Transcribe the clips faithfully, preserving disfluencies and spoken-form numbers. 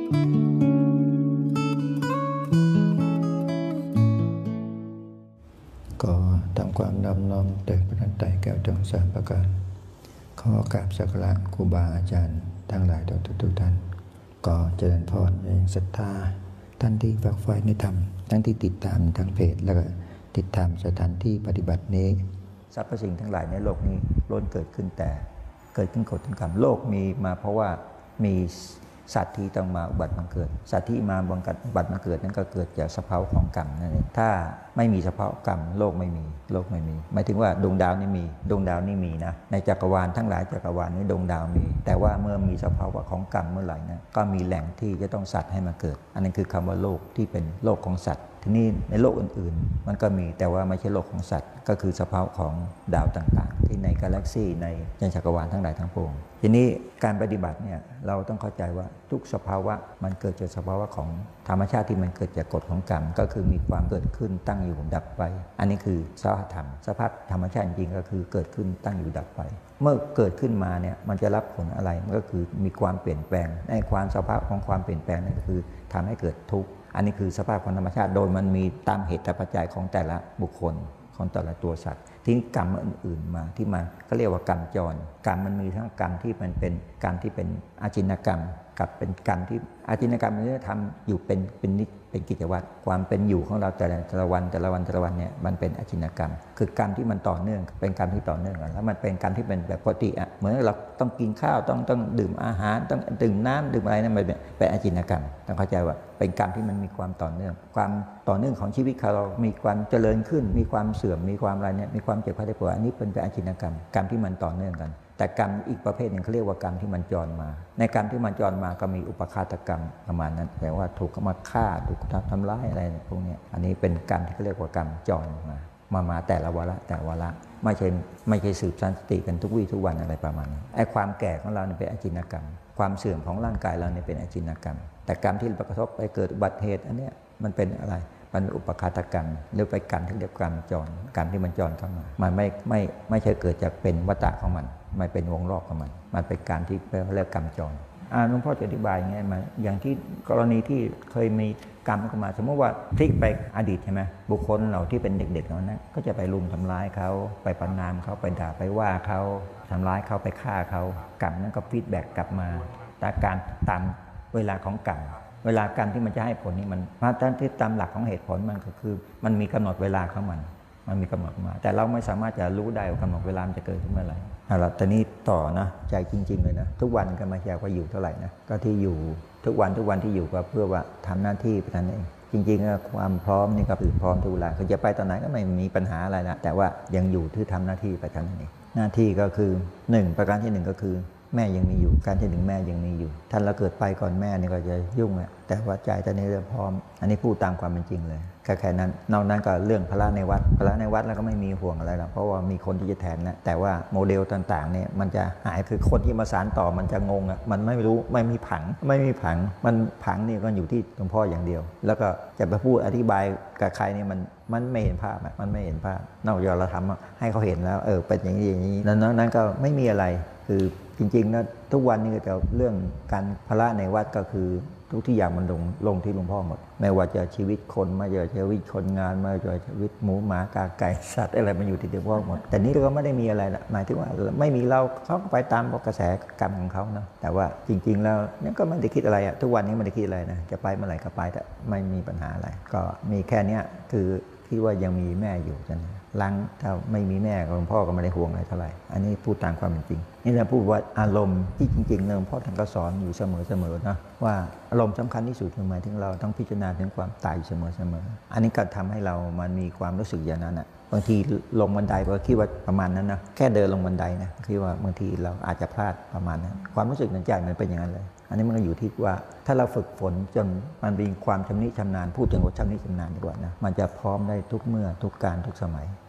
ก็ทำความนอบน้อมแด่พระนันไตรแก้วจงสามประการขอกราบสักการะครูบาอาจารย์ทั้งหลายทุกท่านก็เจริญพรในศรัทธาท่านที่ฝักใฝ่ในธรรมทั้งที่ติดตามทางเพจแล้วก็ติดตามสถานที่ปฏิบัตินี้สรรพสิ่งทั้งหลายในโลกนี้ล้วนเกิดขึ้นแต่เกิดขึ้นกฎกรรมโลกมีมาเพราะว่ามีสัตว์ที่ต้องมาอุบัติมาเกิดสัตว์ที่มาบังกัดอุบัติมาเกิดนั้นก็เกิดจากสภาวะของกรรมนั่นเองถ้าไม่มีสภาวะกรรมโลกไม่มีโลกไม่มีหมายถึงว่าดวงดาวนี่มีดวงดาวนี่มีนะในจักรวาลทั้งหลายจักรวาลนี้ดวงดาวมีแต่ว่าเมื่อมีสภาวะของกรรมเมื่อไหร่นะก็มีแหล่งที่จะต้องสัตว์ให้มาเกิดอันนั้นคือคำว่าโลกที่เป็นโลกของสัตว์ทีนี้ในโลกอื่นๆมันก็มีแต่ว่าไม่ใช่โลกของสัตว์ก็คือสภาวะของดาวต่างๆที่ในกาแล็กซีในจักรวาลทั้งหลายทั้งปวงทีนี้การปฏิบัติเนี่ยเราต้องเข้าใจว่าทุกสภาวะมันเกิดจากสภาวะของธรรมชาติที่มันเกิดจากกฎของกรรมก็คือมีความเกิดขึ้นตั้งอยู่ดับไปอันนี้คือสภาวะธรรมสภาพธรรมชาติจริงก็คือเกิดขึ้นตั้งอยู่ดับไปเมื่อเกิดขึ้นมาเนี่ยมันจะรับผลอะไรมันก็คือมีความเปลี่ยนแปลงในความสภาพของความเปลี่ยนแปลงนั่นก็คือทำให้เกิดทุกข์อันนี้คือสภาพของธรรมชาติโดยมันมีตามเหตุปัจจัยของแต่ละบุคคลของแต่ละตัวสัตว์ทิ้งกรรมอื่นๆมาที่มาเขาเรียกว่ากรรมจรกรรมมันมีทั้งกรรมที่มันเป็นกรรมที่เป็นอาจินกรรมกับเป็นกรรมที่อาจินกรรมมันจะทำอยู่เป็นเป็นนิจเป็นกิจวัตรความเป็นอยู่ของเราแต่ละแต่ละวันแต่ละวันแต่ละวันเนี่ยมันเป็นอาจินกรรมคือกรรมที่มันต่อเนื่องเป็นกรรมที่ต่อเนื่องกันแล้วมันเป็นกรรมที่เป็นแบบปกติอ่ะเหมือนเราต้องกินข้าวต้องต้องดื่มอาหารต้องดื่มน้ำดื่มอะไรนั่นมันเป็นอาจินกรรมต้องเข้าใจว่าเป็นกรรมที่มันมีความต่อเนื่องความต่อเนื่องของชีวิตเรามีความเจริญขึ้นมีความเสื่อมมีความอะไรเนี่ยมีความเจ็บไข้ได้ป่วยอันนี้เป็นอาจินกรรมกรรมที่มันต่อเนื่องกันแต่กรรมอีกประเภทหนึ่งเขาเรียกว่ากรรมที่มันจรมาในกรรมที่มันจรมาก็มีอุปฆาตกรรมประมาณนั้นแปลว่าถูกเขามาฆ่าถูกทำร้ายอะไรพวกนี้อันนี้เป็นกรรมที่เขาเรียกว่ากรรมจรมามามาแต่ละวาระแต่ละวาระไม่ใช่ไม่ใช่สืบสันติกันทุกวี่ทุกวันอะไรประมาณนั้นไอ้ความแก่ของเราเนี่ยเป็นอาจินกรรมความเสื่อมของร่างกายเราเนี่ยเป็นอาจินกรรมแต่กรรมที่กระทบไปเกิดอุบัติเหตุอันเนี้ยมันเป็นอะไรมันอุปฆาตกรรมหรือไปกรรมที่เรียกกรรมจรกรรมที่มันจรเข้ามามันไม่ไม่ไม่ใช่เกิดจากเป็นวัฏฏะของมันไม่เป็นวงรอบของมันมันเป็นการที่เรียกกรรมจรอ่าหลวงพ่อจะอธิบายอย่างไงมาอย่างที่กรณีที่เคยมีกรรมเข้ามาสมมติว่าพลิกไปอดีตใช่ไหมบุคคลเราที่เป็นเด็กๆเรานะก็จะไปรุมทำร้ายเขาไปประณามเขาไปด่าไปว่าเขาทำร้ายเขาไปฆ่าเขากรรมนั้นก็ฟีดแบ็กกลับมาแต่การตามเวลาของกรรมเวลากรรมที่มันจะให้ผลนี่มันมาตามที่ตามหลักของเหตุผลมันก็คือมันมีกำหนดเวลาของมันมันมีกำหนดมาแต่เราไม่สามารถจะรู้ได้ว่ากำหนดเวลามันจะเกิดขึ้นเมื่อไหร่เอาละตอนนี้ต่อนะใจจริงๆเลยนะทุกวันก็ไม่ใช่ว่าอยู่เท่าไหร่นะก็ที่อยู่ทุกวันทุกวันที่อยู่ก็เพื่อว่าทำหน้าที่ไปนั่นเองจริงๆความพร้อมนี่ก็คือพร้อมทุกเวลาคือจะไปตอนไหนก็ไม่มีปัญหาอะไรนะแต่ว่ายังอยู่ที่ทำหน้าที่ไปทำนั่นเองหน้าที่ก็คือหนึ่งประการที่หนึ่งก็คือแม่ยังมีอยู่การที่หนึ่งแม่ยังมีอยู่ท่านเราเกิดไปก่อนแม่นี่ก็จะยุ่งแหละแต่ว่าใจตอนนี้เริ่มพร้อมอันนี้พูดตามความเป็นจริงเลยแค่แค่นั้นนอกนั้นก็เรื่องพระในวัดพระในวัดแล้วก็ไม่มีห่วงอะไรหรอกเพราะว่ามีคนที่จะแทนนะแต่ว่าโมเดลต่างๆเนี่ยมันจะหายคือคนที่มาสานต่อมันจะงงอ่ะมันไม่รู้ไม่มีผังไม่มีผังมันผังนี่ก็อยู่ที่หลวงพ่ออย่างเดียวแล้วก็จะไปพูดอธิบายกับใครเนี่ยมันมันไม่เห็นภาพอ่ะมันไม่เห็นภาพนอกจากเราทำให้เขาเห็นแล้วเออเป็นอย่างนี้อย่างนี้นั้นนั้นก็ไม่มีอะไรคือจริงๆนะทุกวันนี้ก็จะเรื่องการพระในวัดก็คือทุกที่อย่างมันลงลงที่หลวงพ่อหมดไม่ว่าจะชีวิตคนไม่ว่าจะชีวิตคนงานไม่ว่าจะชีวิตหมูหมากาไก่สัตว์อะไรมันอยู่ที่หลวงพ่อหมดแต่นี้ก็ไม่ได้มีอะไรนะหมายถึงว่าไม่มีเราเขาก็ไปตามกระแสกรรมของเขาเนาะแต่ว่าจริงๆแล้วนี่ก็ไม่ได้คิดอะไรอะทุกวันนี้ไม่ได้คิดอะไรนะจะไปเมื่อไหร่ก็ไปแต่ไม่มีปัญหาอะไรก็มีแค่นี้คือคิดว่ายังมีแม่อยู่กันลังถ้าไม่มีแม่หลวงพ่อก็ไม่ได้ห่วงอะไรเท่าไหร่อันนี้พูดตามความเป็นจริงนี่เราพูดว่าอารมณ์ที่จริงๆหลวงพ่อท่านก็สอนอยู่เสมอๆนะว่าอารมณ์สำคัญที่สุดคือหมายถึงเราต้องพิจารณาถึงความตายอยู่เสมอๆอันนี้ก็ทำให้เรามันมีความรู้สึกอย่างนั้นอ่ะบางทีลงบันไดก็คิดว่าประมาณนั้นนะแค่เดินลงบันไดนะคิดว่าบางทีเราอาจจะพลาดประมาณนั้นความรู้สึกในใจมันเป็นอย่างนั้นเลยอันนี้มันก็อยู่ที่ว่าถ้าเราฝึกฝนจนมันมีความชำนิชำนาญพูดถึงว่าชำนิชำนาญดีกว่านะมันจะพร้อมได้ทุกเมื่อทุกการทุกสมัย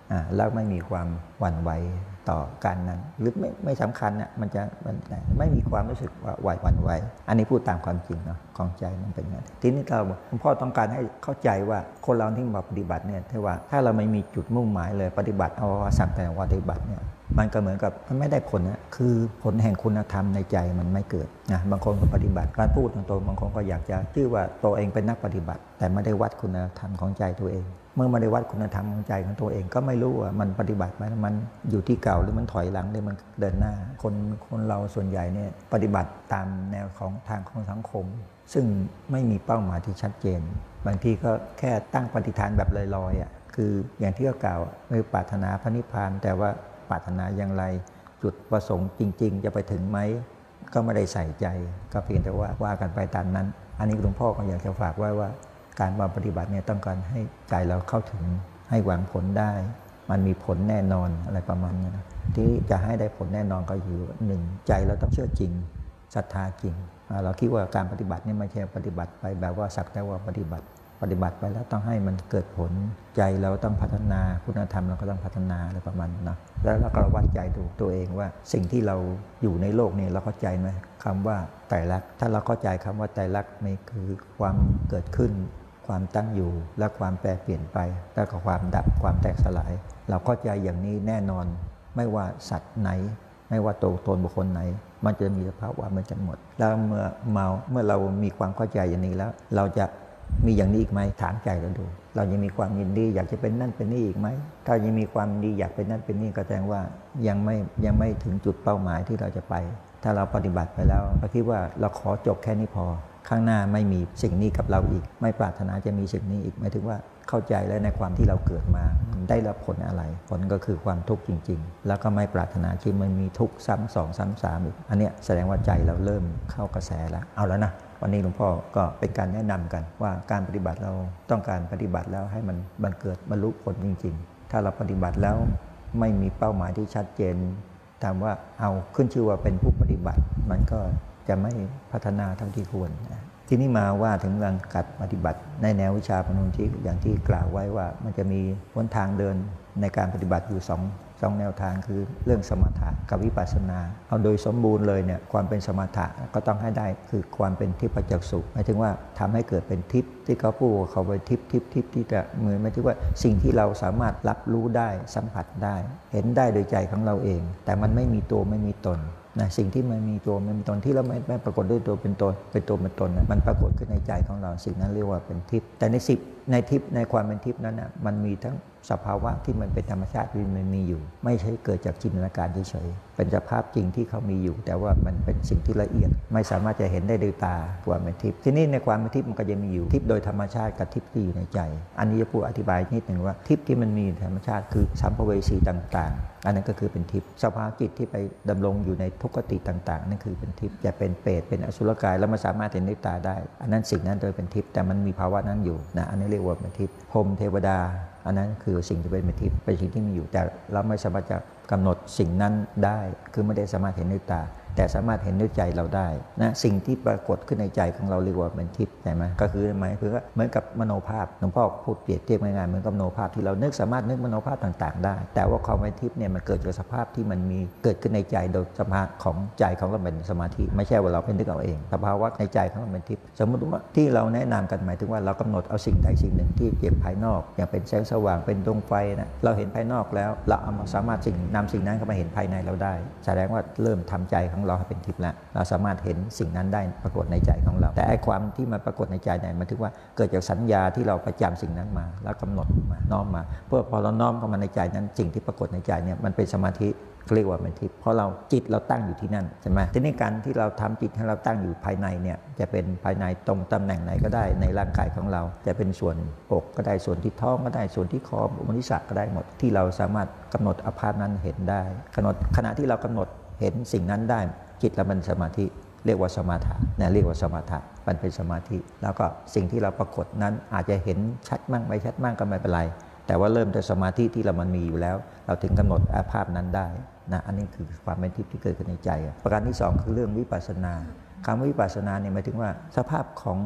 อ่าแล้วไม่มีความหวั่นไหวต่อการนั้นหรือไม่ไม่สำคัญน่ะมันจะมันไม่มีความรู้สึกว่าหวั่นหวั่นไหวอันนี้พูดตามความจริงเนาะของใจมันเป็นอย่างนั้นทีนี้เราหลวงพ่อต้องการให้เข้าใจว่าคนเราที่มาปฏิบัติเนี่ยที่ว่าถ้าเราไม่มีจุดมุ่งหมายเลยปฏิบัติเอาสักแต่ว่าปฏิบัติเนี่ยมันก็เหมือนกับมันไม่ได้ผลนะคือผลแห่งคุณธรรมในใจมันไม่เกิดนะบางคนก็ปฏิบัติการพูดตรงๆบางคนก็อยากจะชื่อว่าตัวเองเป็นนักปฏิบัติแต่ไม่ได้วัดคุณธรรมของใจตัวเองเมื่อไม่ได้วัดคุณธรรมของใจของตัวเองก็ไม่รู้ว่ามันปฏิบัติไหมมันอยู่ที่เก่าหรือมันถอยหลังหรือมันเดินหน้าคนคนเราส่วนใหญ่เนี่ยปฏิบัติตามแนวของทางของสังคมซึ่งไม่มีเป้าหมายที่ชัดเจนบางทีก็แค่ตั้งปฏิฐานแบบลอยๆอ่ะคืออย่างที่เขากล่าวคือปรารถนาพระนิพพานแต่ว่าปรารถนาอย่างไรจุดประสงค์จริงๆจะไปถึงไหมก็ไม่ได้ใส่ใจก็เพียงแต่ว่าว่ากันไปตามนั้นอันนี้หลวงพ่อก็อยากจะฝากไว้ว่าการมาปฏิบัติเนี่ยต้องการให้ใจเราเข้าถึงให้หวังผลได้มันมีผลแน่นอนอะไรประมาณนี้นะที่จะให้ได้ผลแน่นอนก็อยู่หนึ่งใจเราต้องเชื่อจริงศรัทธาจริงเราคิดว่าการปฏิบัตินี่ไม่ใช่ปฏิบัติไปแบบว่าสักแต่ว่าปฏิบัติปฏิบัติไปแล้วต้องให้มันเกิดผลใจเราต้องพัฒนาคุณธรรมเราก็ต้องพัฒนาอะไรประมาณนั้นนะแล้วเราก็วัดใจดูตัวเองว่าสิ่งที่เราอยู่ในโลกนี้เราเข้าใจไหมคำว่าไตรลักษณ์ถ้าเราเข้าใจคำว่าไตรลักษณ์นี่คือความเกิดขึ้นความตั้งอยู่และความแปรเปลี่ยนไปแล้วก็ความดับความแตกสลายเราเข้าใจอย่างนี้แน่นอนไม่ว่าสัตว์ไหนไม่ว่าตัวตนบุคคลไหนมันจะมีสภาพว่ามันจะหมดแล้วเมื่อเมาเมื่อเรามีความเข้าใจอย่างนี้แล้วเราจะมีอย่างนี้อีกไหมถามใจเราดูเรายังมีความยินดีอยากจะเป็นนั่นเป็นนี่อีกไหมถ้ายังมีความดีอยากเป็นนั่นเป็นนี่ก็แสดงว่ายังไม่ยังไม่ถึงจุดเป้าหมายที่เราจะไปถ้าเราปฏิบัติไปแล้วเราคิดว่าเราขอจบแค่นี้พอข้างหน้าไม่มีสิ่งนี้กับเราอีกไม่ปรารถนาจะมีสิ่งนี้อีกหมายถึงว่าเข้าใจแล้วในความที่เราเกิดมาได้รับผลอะไรผลก็คือความทุกข์จริงๆแล้วก็ไม่ปรารถนาที่มันมีทุกข์ซ้ำสองซ้ำสามอีกอันนี้แสดงว่าใจเราเริ่มเข้ากระแสแล้วเอาแล้วนะวันนี้หลวงพ่อก็เป็นการแนะนำกันว่าการปฏิบัติเราต้องการปฏิบัติแล้วให้มันบังเกิดบรรลุผลจริงๆถ้าเราปฏิบัติแล้วไม่มีเป้าหมายที่ชัดเจนถามว่าเอาขึ้นชื่อว่าเป็นผู้ปฏิบัติมันก็จะไม่พัฒนาเท่าที่ควรทีนี้มาว่าถึงเรื่องการปฏิบัติในแนววิชาปนุที่อย่างที่กล่าวไว้ว่ามันจะมีหนทางเดินในการปฏิบัติอยู่สองสองแนวทางคือเรื่องสมถะกับวิปัสสนาเอาโดยสมบูรณ์เลยเนี่ยความเป็นสมถะก็ต้องให้ได้คือความเป็นทิพยจักษุหมายถึงว่าทำให้เกิดเป็นทิพย์ที่เขาพูดเขาไปทิพย์ทิพย์ทิพย์ที่จะเหมือนหมายถึงว่าสิ่งที่เราสามารถรับรู้ได้สัมผัสได้เห็นได้โดยใจของเราเองแต่มันไม่มีตัวไม่มีตนนะสิ่งที่มันมีตัวมันมีตนที่เราไม่ไม่ปรากฏด้วยตัวเป็นตนเป็นตัวเป็นตนนะมันปรากฏขึ้นในใจของเราสิ่งนั้นเรียกว่าเป็นทิพย์แต่ในสิบในทิพย์ในความเป็นทิพย์นั้นนะมันมีทั้งสภาวะที่มันเป็นธรรมชาติที่มันมีอยู่ไม่ใช่เกิดจากจินตนาการเฉยๆเป็นสภาพจริงที่เขามีอยู่แต่ว่ามันเป็นสิ่งที่ละเอียดไม่สามารถจะเห็นได้ด้วยตาความเป็นทิพย์ทีนี้ในความเป็นทิพย์มันก็จะมีอยู่ทิพย์โดยธรรมชาติกับทิพย์ที่อยู่ในใจอันนี้จะพูดอธิบายนิดหนึ่งว่าทิพย์ที่มันมีธรรมชาติคือสัมภเวสีต่างๆอันนั้นก็คือเป็นทิพย์สภาวะจิตที่ไปดำรงอยู่ในทุกขติต่างๆนั่นคือเป็นทิพย์จะเป็นเปรตเป็นอสุรกายแล้วมันสามารถเห็นด้วยตาได้อันนั้นสิ่งนั้นโดยเป็นทิพย์แต่มันมีภาวะนั้นอยู่นะอันนี้เรียกว่าเป็นทิพย์พรหมเทวดาอันนั้นคือสิ่งที่เป็นทิพย์เป็นสิ่งที่มีอยู่แต่เราไม่สามารถจะกำหนดสิ่งนั้นได้คือไม่ได้สามารถเห็นด้วยตาแต่สามารถเห็นด้วยใจเราได้นะสิ่งที่ปรากฏขึ้นในใจของเราเรียกว่าเป็นทิพย์ใช่ไหมก็คือหมายคือว่าเหมือนกับมโนภาพหลวงพ่อพูดเปรียบเทียบง่ายๆเหมือนกับมโนภาพที่เรานึกสามารถนึกมโนภาพต่างๆได้แต่ว่าความเป็นทิพย์เนี่ยมันเกิดจากสภาพที่มันมีเกิดขึ้นในใจโดยสภาพของใจของเราเป็นสมาธิไม่ใช่ว่าเราเป็นนึกเอาเองสภาวะในใจของเราเป็นทิพย์สมมติว่าที่เราแนะนำกันหมายถึงว่าเรากำหนดเอาสิ่งใดสิ่งหนึ่งที่เก็บภายนอกอย่างเป็นแสงสว่างเป็นดวงไฟนะเราเห็นภายนอกแล้วเราเอาสามารถสิ่งนำสิ่งนั้นเข้ามาเห็นภายในเราได้แสดงว่าเริ่มทำใจของเราให้เป็นทิพย์แล้วเราสามารถเห็นสิ่งนั้นได้ปรากฏในใจของเราแต่ไอ้ความที่มันปรากฏในใจเนี่ยมันถือว่าเกิดจากสัญญาที่เราประจำสิ่งนั้นมาแล้วกำหนดมาน้อมมาเพื่อพอเราน้อมเข้ามาในใจนั้นสิ่งที่ปรากฏในใจเนี่ยมันเป็นสมาธิเรียกว่าเป็นทิพย์เพราะเราจิตเราตั้งอยู่ที่นั่นใช่ไหมทีนี้การที่เราทำจิตให้เราตั้งอยู่ภายในเนี่ยจะเป็นภายในตรงตำแหน่งไหนก็ได้ในร่างกายของเราจะเป็นส่วนอกก็ได้ส่วนที่ท้องก็ได้ส่วนที่คอบริษัทก็ได้หมดที่เราสามารถกำหนดอาภาพนั้นเห็นได้กำหนดขณะที่เรากำหนดเห็นสิ่งนั้นได้จิตเราเป็นสมาธิเรียกว่าสมาธินะเรียกว่าสมาธิมันเป็นสมาธิแล้วก็สิ่งที่เราปรากฏนั้นอาจจะเห็นชัดมั่งไม่ชัดมั่งก็ไม่เป็นไรแต่ว่าเริ่มจากสมาธิที่เรามันมีอยู่แล้วเราถึงกำหนดอาภาพนั้นได้นะอันนี้คือความเป็นทิพย์ที่เกิดขึ้นในใจประการที่สองคือเรื่องวิปัสสนาคำวิปัสสนาเนี่ยหมายถึงว่าสภาพของค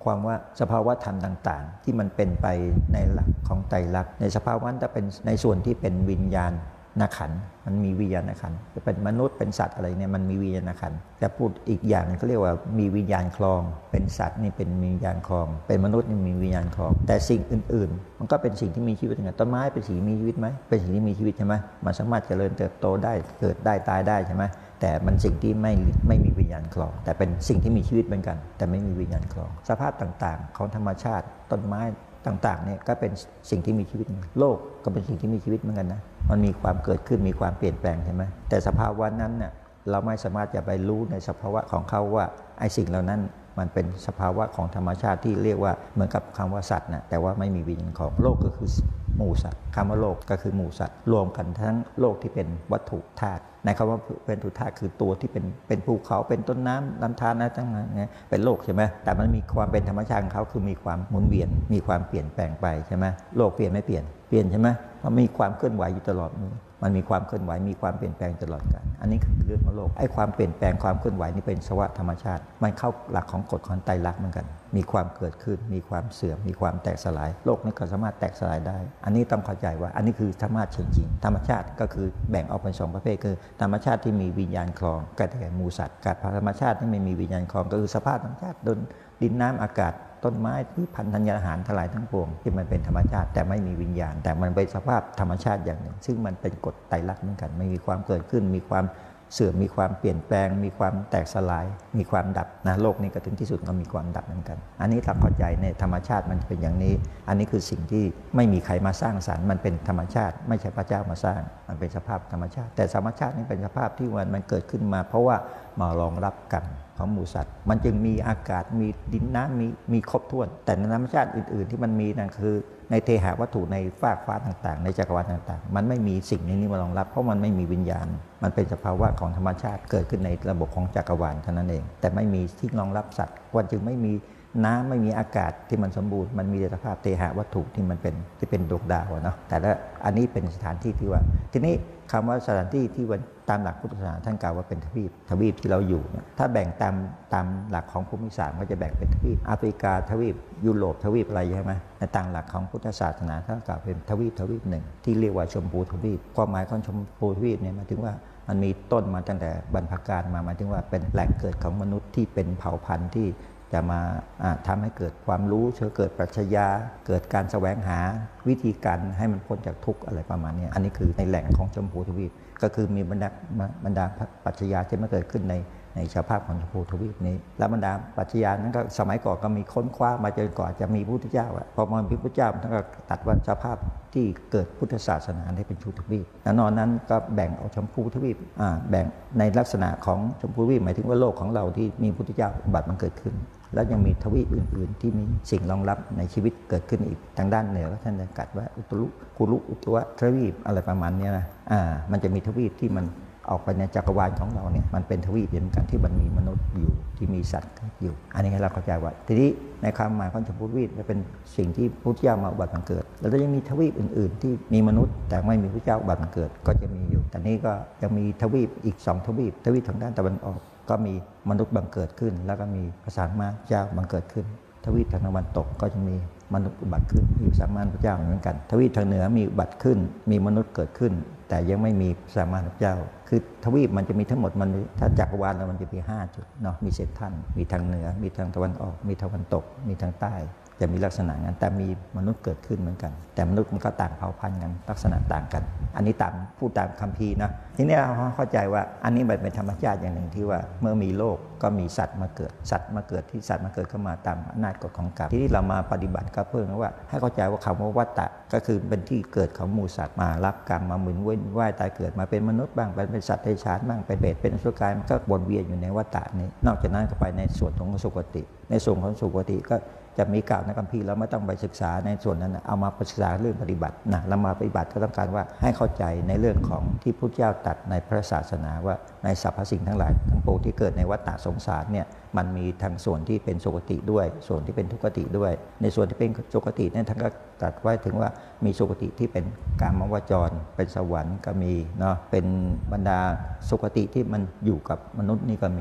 ความว่าสภาวะธรรมต่างๆที่มันเป็นไปในหลักของไตรลักษณ์ในสภาวะนั้นจะเป็นในส่วนที่เป็นวิญญาณขันธ์มันมีวิญญาณขันธ์จะเป็นมนุษย์เป็นสัตว์อะไรเนี่ยมันมีวิญญาณขันธ์แต่พูดอีกอย่างนึงเขาเรียกว่ามีวิญญาณคลองเป็นสัตว์นี่เป็นวิญญาณคลองเป็นมนุษย์นี่มีวิญญาณคลองแต่สิ่งอื่นๆมันก็เป็นสิ่งที่มีชีวิตเหมือนกันต้นไม้เป็นสิ่งมีชีวิตไหมเป็นสิ่งที่มีชีวิตใช่ไหมมันสามารถเจริญเติบโตได้เกิดได้ตายได้ใช่ไหมแต่มันสิ่งที่ไม่ไม่มีวิญญาณคลองแต่เป็นสิ่งที่มีชีวิตเหมือนกันแต่ไม่มีวิญญาณคลองสภาพต่างๆของธรรมชาติต้นไม้ต่างๆเนี่ยก็เป็นสิ่งที่มีชีวิตโลกก็เป็นสิ่งที่มีชีวิตเหมือนกันนะมันมีความเกิดขึ้นมีความเปลี่ยนแปลงใช่ไหมแต่สภาวะนั้นเนี่ยเราไม่สามารถจะไปรู้ในสภาวะของเขาว่าไอ้สิ่งเหล่านั้นมันเป็นสภาวะของธรรมชาติที่เรียกว่าเหมือนกับคำว่าสัตว์นะแต่ว่าไม่มีวิญญาณของโลกก็คือหมู่สัตว์คำว่าโลกก็คือหมู่สัตว์รวมกันทั้งโลกที่เป็นวัตถุธาตุในคำว่าเป็นวัตถุธาตุคือตัวที่เป็นเป็นภูเขาเป็นต้นน้ำลำธารนะทั้งนั้นเป็นโลกใช่ไหมแต่มันมีความเป็นธรรมชาติของเขาคือมีความหมุนเวียนมีความเปลี่ยนแปลงไปใช่ไหมโลกเปลี่ยนไม่เปลี่ยนเปลี่ยนใช่ไหมเพราะมีความเคลื่อนไหวอยู่ตลอดมันมีความเคลื่อนไหวมีความเปลี่ยนแปลงตลอดกาลอันนี้คือเรื่องของโลกไอ้ความเปลี่ยนแปลงความเคลื่อนไหวนี่เป็นสภาวะธรรมชาติมันเข้าหลักของกฎของไตรลักษณ์เหมือนกันมีความเกิดขึ้นมีความเสื่อมมีความแตกสลายโลกนี้ก็สามารถแตกสลายได้อันนี้ต้องเข้าใจว่าอันนี้คือธรรมชาติจริงๆธรรมชาติก็คือแบ่งออกเป็นสองประเภทคือธรรมชาติที่มีวิญญาณคลองก็แก่หมู่สัตว์กับธรรมชาติที่ไม่มีวิญญาณคลองก็คือสภาพธรรมชาติดินดินน้ำอากาศต้นไม้พืชพันธุ์ธัญญาหารทั้งหลายทั้งปวงที่มันเป็นธรรมชาติแต่ไม่มีวิญญาณแต่มันเป็นสภาพธรรมชาติอย่างหนึ่งซึ่งมันเป็นกฎไตรลักษณ์เหมือนกันไม่มีความเกิดขึ้นมีความเสื่อมมีความเปลี่ยนแปลงมีความแตกสลายมีความดับนะโลกนี้ก็ถึงที่สุดก็มีความดับเหมือนกันอันนี้ถ้าเข้าใจในธรรมชาติมันเป็นอย่างนี้อันนี้คือสิ่งที่ไม่มีใครมาสร้างสรรค์มันเป็นธรรมชาติไม่ใช่พระเจ้ามาสร้างมันเป็นสภาพธรรมชาติแต่ธรรมชาตินี่เป็นสภาพที่มันมันเกิดขึ้นมาเพราะว่ามารองรับกันของหมู่สัตว์มันจึงมีอากาศมีดินน้ำมีมีครบถ้วนแต่ในธรรมชาติอื่นๆที่มันมีนั่นคือในเทหะวัตถุในฟากฟ้าต่างๆในจักรวาลต่างๆมันไม่มีสิ่งนี้มารองรับเพราะมันไม่มีวิญญาณมันเป็นสภาวะของธรรมชาติเกิดขึ้นในระบบของจักรวาลเท่านั้นเองแต่ไม่มีที่รองรับสัตว์วันจึงไม่มีน้ำไม่มีอากาศที่มันสมบูรณ์มันมีสภาพเทหะวัตถุที่มันเป็นที่เป็นดวงดาวเนาะแต่ละอันนี้เป็นสถานที่ที่ว่าทีนี้คำว่าสถานที่ที่ตามหลักพุทธศาสนาท่านกล่าวว่าเป็นทวีปทวีปที่เราอยู่เนี่ยถ้าแบ่งตามตามหลักของภูมิศาสตร์ก็จะแบ่งเป็นทวีปแอฟริกาทวีปยุโรปทวีปอะไรใช่ไหมในตามหลักของพุทธศาสนาท่านกล่าวเป็นทวีปทวีปหนึ่งที่เรียกว่าชมพูทวีปความหมายของชมพูทวีปเนี่ยหมายถึงว่ามันมีต้นมาตั้งแต่บรรพกาลมาหมายถึงว่าเป็นแหล่งเกิดของมนุษย์ที่เป็นเผ่าพันธุ์ที่จะมาทำให้เกิดความรู้เชื่อเกิดปรัชญาเกิดการแสวงหาวิธีการให้มันพ้นจากทุกข์อะไรประมาณนี้อันนี้คือในแหล่งของชมพูทวีปก็คือมีบรรดาบรรดาปรัชญาที่มาเกิดขึ้นในในสภาพของชมพูทวีปนี้และบรรดาปรัชญานั้นก็สมัยก่อนก็มีค้นคว้ามาจนกว่าจะมีพระพุทธเจ้าพอมามีพระพุทธเจ้าท่านก็ตัดว่าสภาพที่เกิดพุทธศาสนาได้เป็นชมพูทวีปแล้วนอกนั้นก็แบ่งเอาชมพูทวีปแบ่งในลักษณะของชมพูทวีปหมายถึงว่าโลกของเราที่มีพระพุทธเจ้าบัตรมันเกิดขึ้นแล้วยังมีทวีปอื่นๆที่มีสิ่งรองรับในชีวิตเกิดขึ้นอีกทางด้านเหนือก็ท่านจะกัดว่าอุตรุกุลุอุตวะทวีปอะไรประมาณนี้นะอ่ามันจะมีทวีปที่มันออกไปในจักรวาลของเราเนี่ยมันเป็นทวีปเหมือนกันที่มันมีมนุษย์อยู่ที่มีสัตว์อยู่อันนี้ให้เราเข้าใจว่าทีนี้ในความหมายของชมพูทวีปจะเป็นสิ่งที่พระพุทธเจ้ามาอุบัติบังเกิดแล้วก็ยังมีทวีปอื่นๆที่มีมนุษย์แต่ไม่มีพระเจ้าอุบัติบังเกิดก็จะมีอยู่แต่นี้ก็ยังมีทวีปอีกสองทวีปทวีปทางด้านตะวันออกก็มีมนุษย์บังเกิดขึ้นแล้วก็มีพระสัมมาสัมพุทธเจ้าบังเกิดขึ้นทวีปทางตะวันตกก็จะมีมนุษย์อุบัติขึ้นมีพระสัมมาสัมพุทธเจ้าเหมือนกันทวีปทางเหนือมีอุบัติขึ้นมีมนุษย์เกิดขึ้นแต่ยังไม่มีพระสัมมาสัมพุทธเจ้าคือทวีปมันจะมีทั้งหมดมันถ้าจักรวาลแล้วมันจะมีห้าจุดเนาะมีเศษท่านมีทางเหนือมีทางตะวันออกมีตะวันตกมีทางใต้จะมีลักษณะนั้นแต่มีมนุษย์เกิดขึ้นเหมือนกันแต่มนุษย์มันก็ต่างเผ่าพันธุ์กันลักษณะต่างกันอันนี้ตามพูดตามคัมภีร์นะทีนี้เราเข้าใจว่าอันนี้มันเป็นธรรมชาติอย่างหนึ่งที่ว่าเมื่อมีโลกก็มีสัตว์มาเกิดสัตว์มาเกิดที่สัตว์มาเกิดเข้ามาตามอำนาจกฎของกรรมที่นี่เรามาปฏิบัติก็เพื่อว่าให้เข้าใจว่าคำว่าวัฏฏะก็คือเป็นที่เกิดของหมู่สัตว์มารับกรรมมาหมุนเวียนว่ายตายเกิดมาเป็นมนุษย์บ้างเป็นสัตว์เดรัจฉานบ้างเป็นเปรตเป็นอสุรกายมันก็วนเวียนอยู่ในวัฏฏะนี้นอกจากนั้นก็ไปในส่วนของสุคติในส่วนของสุคติก็จะมีกล่าวในคัมภีร์แล้วไม่ต้องไปศึกษาในส่วนนั้นเอามาศึกษาเรื่องปฏิบัตินะเรามาปฏิบัติก็ต้องการว่าให้เข้าใจในเรื่องของที่พุทธเจ้าตรัสในพระศาสนาว่าในสรรพสิ่งทั้งหลายทั้งปวงที่เกิดในวัฏฏะสงสารเนี่ยมันมีทั้งส่วนที่เป็นสุคติด้วยส่วนที่เป็นทุกขติด้วยในส่วนที่เป็นสุคติเนี่ยท่านก็ตรัสไว้ถึงว่ามีสุคติที่เป็นกามวจรเป็นสวรรค์ก็มีเนาะเป็นบรรดาสุคติที่มันอยู่กับมนุษย์นี่ก็มี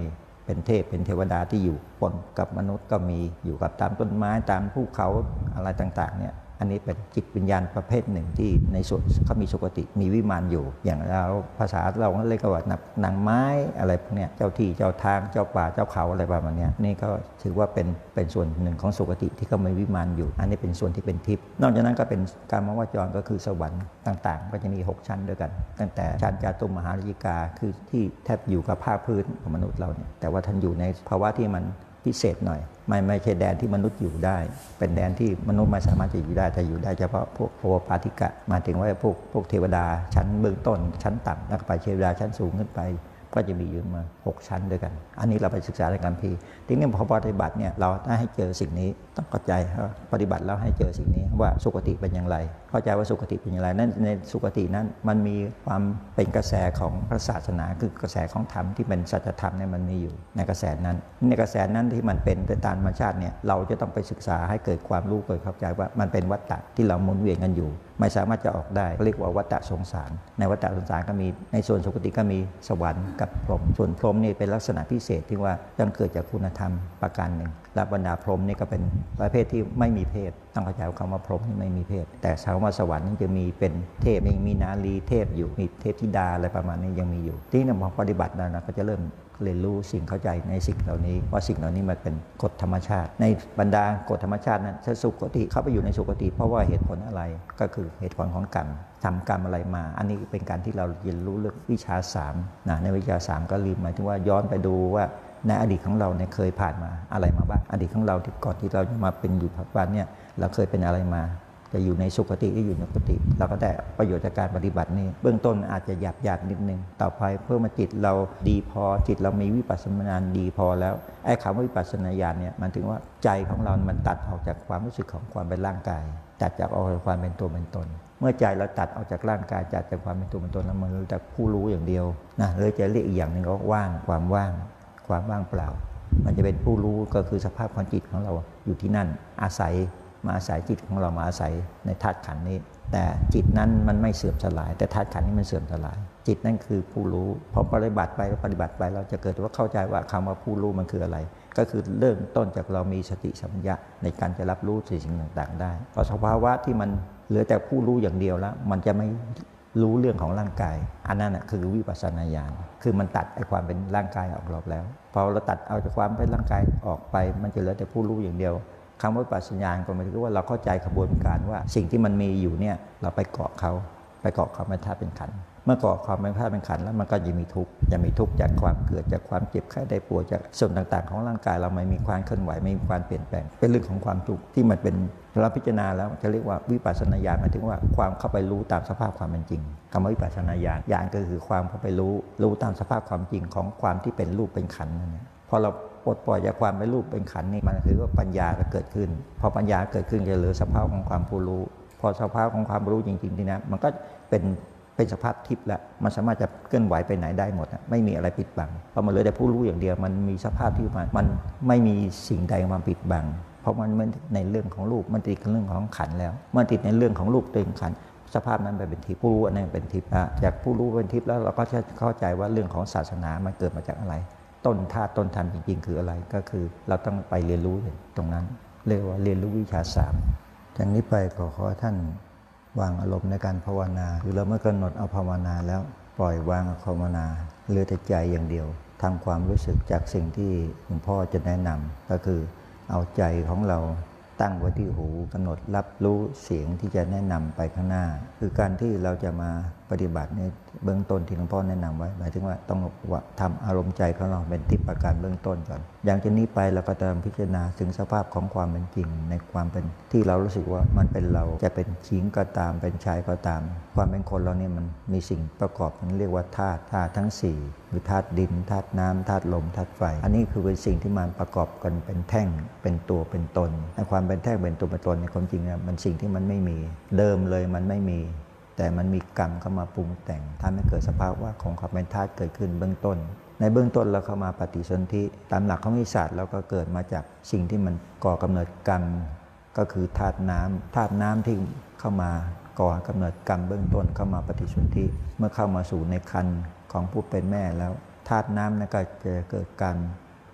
เป็นเทพเป็นเทวดาที่อยู่ปนกับมนุษย์ก็มีอยู่กับตามต้นไม้ตามภูเขาอะไรต่างๆเนี่ยอันนี้เป็นจิตวิญญาณประเภทหนึ่งที่ในส่วนเขามีสุคติมีวิมานอยู่อย่างเราภาษาเราเรียกว่านางไม้อะไรพวกเนี้ยเจ้าที่เจ้าทางเจ้าป่าเจ้าเขาอะไรประมาณนี้นี่ก็ถือว่าเป็นเป็นส่วนหนึ่งของสุคติที่เขามีวิมานอยู่อันนี้เป็นส่วนที่เป็นทิพย์นอกจากนั้นก็เป็นกามวจรก็คือสวรรค์ต่างๆก็จะมีหกชั้นด้วยกันตั้งแต่ชั้นจาตุมมหาราชิกาคือที่แทบอยู่กับภาคพื้นของมนุษย์เราเนี่ยแต่ว่าท่านอยู่ในภาวะที่มันพิเศษหน่อยไม่ไม่ใช่แดนที่มนุษย์อยู่ได้เป็นแดนที่มนุษย์ไม่สามารถจะอยู่ได้แต่อยู่ได้เฉพาะพวกโพปาติกะหมายถึงว่าพวกพวกเทวดาชั้นเบื้องต้นชั้นต่ำแล้วก็ไปเทวดาชั้นสูงขึ้นไปก็จะมีอยู่มาหกชั้นด้วยกันอันนี้เราไปศึกษาในคัมภีร์ทีนี้พอปฏิบัติเนี่ยเราถ้าให้เจอสิ่งนี้ต้องเข้าใจว่าปฏิบัติแล้วให้เจอสิ่งนี้ว่าสุคติเป็นอย่างไรเข้าใจว่าสุคติเป็นอย่างไรนั่นในสุคตินั้นมันมีความเป็นกระแสของพระศาสนาคือกระแสของธรรมที่เป็นสัจธรรมเนี่ยมันมีอยู่ในกระแสนั้นในกระแสนั้นที่มันเป็นไปตามธรรมชาติเนี่ยเราจะต้องไปศึกษาให้เกิดความรู้เกิดเข้าใจว่ามันเป็นวัฏฏะที่เราหมุนเวียนกันอยู่ไม่สามารถจะออกได้เรียกว่าวัฏฏะสงสารในวัฏฏะสงสารก็มีในส่วนสุคติก็มีสวรรค์กับพรหมส่วนพรหมนี่เป็นลักษณะพิเศษที่ว่าต้องเกิดจากคุณธรรมประการหนึ่งและบรรดาพรหมนี่ก็เป็นประเภทที่ไม่มีเพศต้องเข้าใจคำว่าพรหมนี่ไม่มีเพศแต่คำว่าสวรรค์นี่จะมีเป็นเทพมีนารีเทพอยู่มีเทพธิดาอะไรประมาณนี้ยังมีอยู่ที่นี่พอปฏิบัติแล้วนะก็จะเริ่มเรียนรู้สิ่งเข้าใจในสิ่งเหล่านี้ว่าสิ่งเหล่านี้มันเป็นกฎธรรมชาติในบรรดากฎธรรมชาตินั้นสุคติเข้าไปอยู่ในสุคติเพราะว่าเหตุผลอะไรก็คือเหตุผลของกรรมทำกรรมอะไรมาอันนี้เป็นการที่เราเรียนรู้เรื่องวิชาสามนะในวิชาสามก็ลืมหมายถึงว่าย้อนไปดูว่าในอดีตของเราเนี่ยเคยผ่านมาอะไรมาบ้างอดีตของเราที่ก่อนที่เราจะมาเป็นอยู่ปัจจุบันเนี่ยเราเคยเป็นอะไรมาจะอยู่ในสุคติหรืออยู่ในสุคติเราก็ได้ประโยชน์จากการปฏิบัตินี้เบื้องต้นอาจจะหยาบหยาบนิดนึงต่อไปเพื่อมาจิตเราดีพอจิตเรามีวิปัสสนาญาณดีพอแล้วไอ้คำว่าวิปัสสนาญาณเนี่ยมันถึงว่าใจของเรามันตัดออกจากความรู้สึกของความเป็นร่างกายตัดจากออกจากความเป็นตัวเป็นตนเมื่อใจเราตัดออกจากร่างกายตัดจากความเป็นตัวเป็นตนแล้วมันเหลือแต่ผู้รู้อย่างเดียวนะเลยจะเรียกอีกอย่างหนึ่งว่าว่างความว่างความว่างเปล่ามันจะเป็นผู้รู้ก็คือสภาพความจิตของเราอยู่ที่นั่นอาศัยมาอาศัยจิตของเรามาอาศัยในธาตุขันธ์นี้แต่จิตนั้นมันไม่เสื่อมสลายแต่ธาตุขันธ์นี้มันเสื่อมสลายจิตนั่นคือผู้รู้พอปฏิบัติไปปฏิบัติไปเราจะเกิดว่าเข้าใจว่าคำว่าผู้รู้มันคืออะไรก็คือเริ่มต้นจากเรามีสติสัมปชัญญะในการจะรับรู้สิ่งต่างๆได้พอสภาวะที่มันเหลือแต่ผู้รู้อย่างเดียวแล้วมันจะไม่รู้เรื่องของร่างกายอันนั้นคือวิปัสสนาญาณคือมันตัดไอ้ความเป็นร่างกายออกรอบแล้วพอเราตัดเอาจากความเป็นร่างกายออกไปมันจะเหลือแต่ผู้รู้อย่างเดียวคำว่าวิปัสสนาญาณก็หมายถึงว่าเราเข้าใจกระบวนการว่าสิ่งที่มันมีอยู่เนี่ยเราไปเกาะเขาไปเกาะเขาเป็นธาตุเป็นขันธ์เมื่อเกาะความเป็นธาตุเป็นขันธ์แล้วมันก็จะมีทุกข์จะมีทุกข์จากความเกิดจากความเจ็บไข้ได้ป่วยจากส่วนต่างๆของร่างกายเราไม่มีความเคลื่อนไหวไม่มีความเปลี่ยนแปลงเป็นเรื่องของความทุกข์ที่มันเป็นเราพิจารณาแล้วจะเรียกว่าวิปัสสนาญาณหมายถึงว่าความเข้าไปรู้ตามสภาพความเป็นจริงคำว่าวิปัสสนาญาณญาณก็คือความเข้าไปรู้รู้ตามสภาพความจริงของความที่เป็นรูปเป็นขันธ์นั่นเองพอเราปลดปล่อยจากความเป็นรูปเป็นขันธ์นี่มันคือว่าปัญญาจะเกิดขึ้นพอปัญญาเกิดขึ้นจะเหลือสภาพของความผู้รู้พอสภาพของความรู้จริงๆที่นั้นมันก็เป็นเป็นสภาพทิพย์แล้วมันสามารถจะเคลื่อนไหวไปไหนได้หมดไม่มีอะไรปิดบังเพราะมันเหลือแต่ผู้รู้อย่างเดียวมันมีสภาพที่มันมันไม่มีสิ่งใดมาปิดบังเพราะมันมันในเรื่องของรูปมันติดกับเรื่องของขันธ์แล้วเมื่อติดในเรื่องของรูปตัวขันธ์สภาพนั้นไปเป็นทิพย์ผู้รู้อันนั้นเป็นทิพย์จากผู้รู้เป็นทิพย์แล้วเราก็จะเข้าใจว่าเรื่องของศาสนามันเกิดมาจากอะไรต้นธาตุต้นธรรมจริงๆคืออะไรก็คือเราต้องไปเรียนรู้ตรงนั้นเรียกว่าเรียนรู้วิชาสามจากนี้ไปขอขอท่านวางอารมณ์ในการภาวนาคือเราเมื่อกำหนดเอาภาวนาแล้วปล่อยวางภาวนาเหลือแต่ใจอย่างเดียวทำความรู้สึกจากสิ่งที่หลวงพ่อจะแนะนำก็คือเอาใจของเราตั้งไว้ที่หูกำหนดรับรู้เสียงที่จะแนะนำไปข้างหน้าคือการที่เราจะมาปฏิบัติในเบื้องต้นที่หลวงพ่อแนะนำไว้หมายถึงว่าต้องว่าทำอารมณ์ใจของเราเป็นทิพย์ประการเบื้องต้นก่อนอย่างจากนี้ไปเราก็จะพิจารณาถึงสภาพของความเป็นจริงในความเป็นที่เรารู้สึกว่ามันเป็นเราจะเป็นหญิงก็ตามเป็นชายก็ตามความเป็นคนเราเนี่ยมันมีสิ่งประกอบมันเรียกว่าธาตุธาตุทั้งสี่คือธาตุดินธาตุน้ำธาตุลมธาตุไฟอันนี้คือเป็นสิ่งที่มันประกอบกันเป็นแท่งเป็นตัวเป็นตนในความเป็นแท่งเป็นตัวเป็นตนในความจริงเนี่ยมันสิ่งที่มันไม่มีเดิมเลยมันไม่มีแต่มันมีกรรมเข้ามาปรุงแต่งทำให้เกิดสภาวะของความเป็นธาตุเกิดขึ้นเบื้องต้นในเบื้องต้นเราเข้ามาปฏิสนธิตามหลักของวิทยาศาสตร์เราก็เกิดมาจากสิ่งที่มันก่อกำเนิดกรรมก็คือธาตุน้ำธาตุน้ำที่เข้ามาก่อกำเนิดกรรมเบื้องต้นเข้ามาปฏิสนธิเมื่อเข้ามาสู่ในครรภ์ของผู้เป็นแม่แล้วธาตุน้ำนั้นก็จะเกิดการ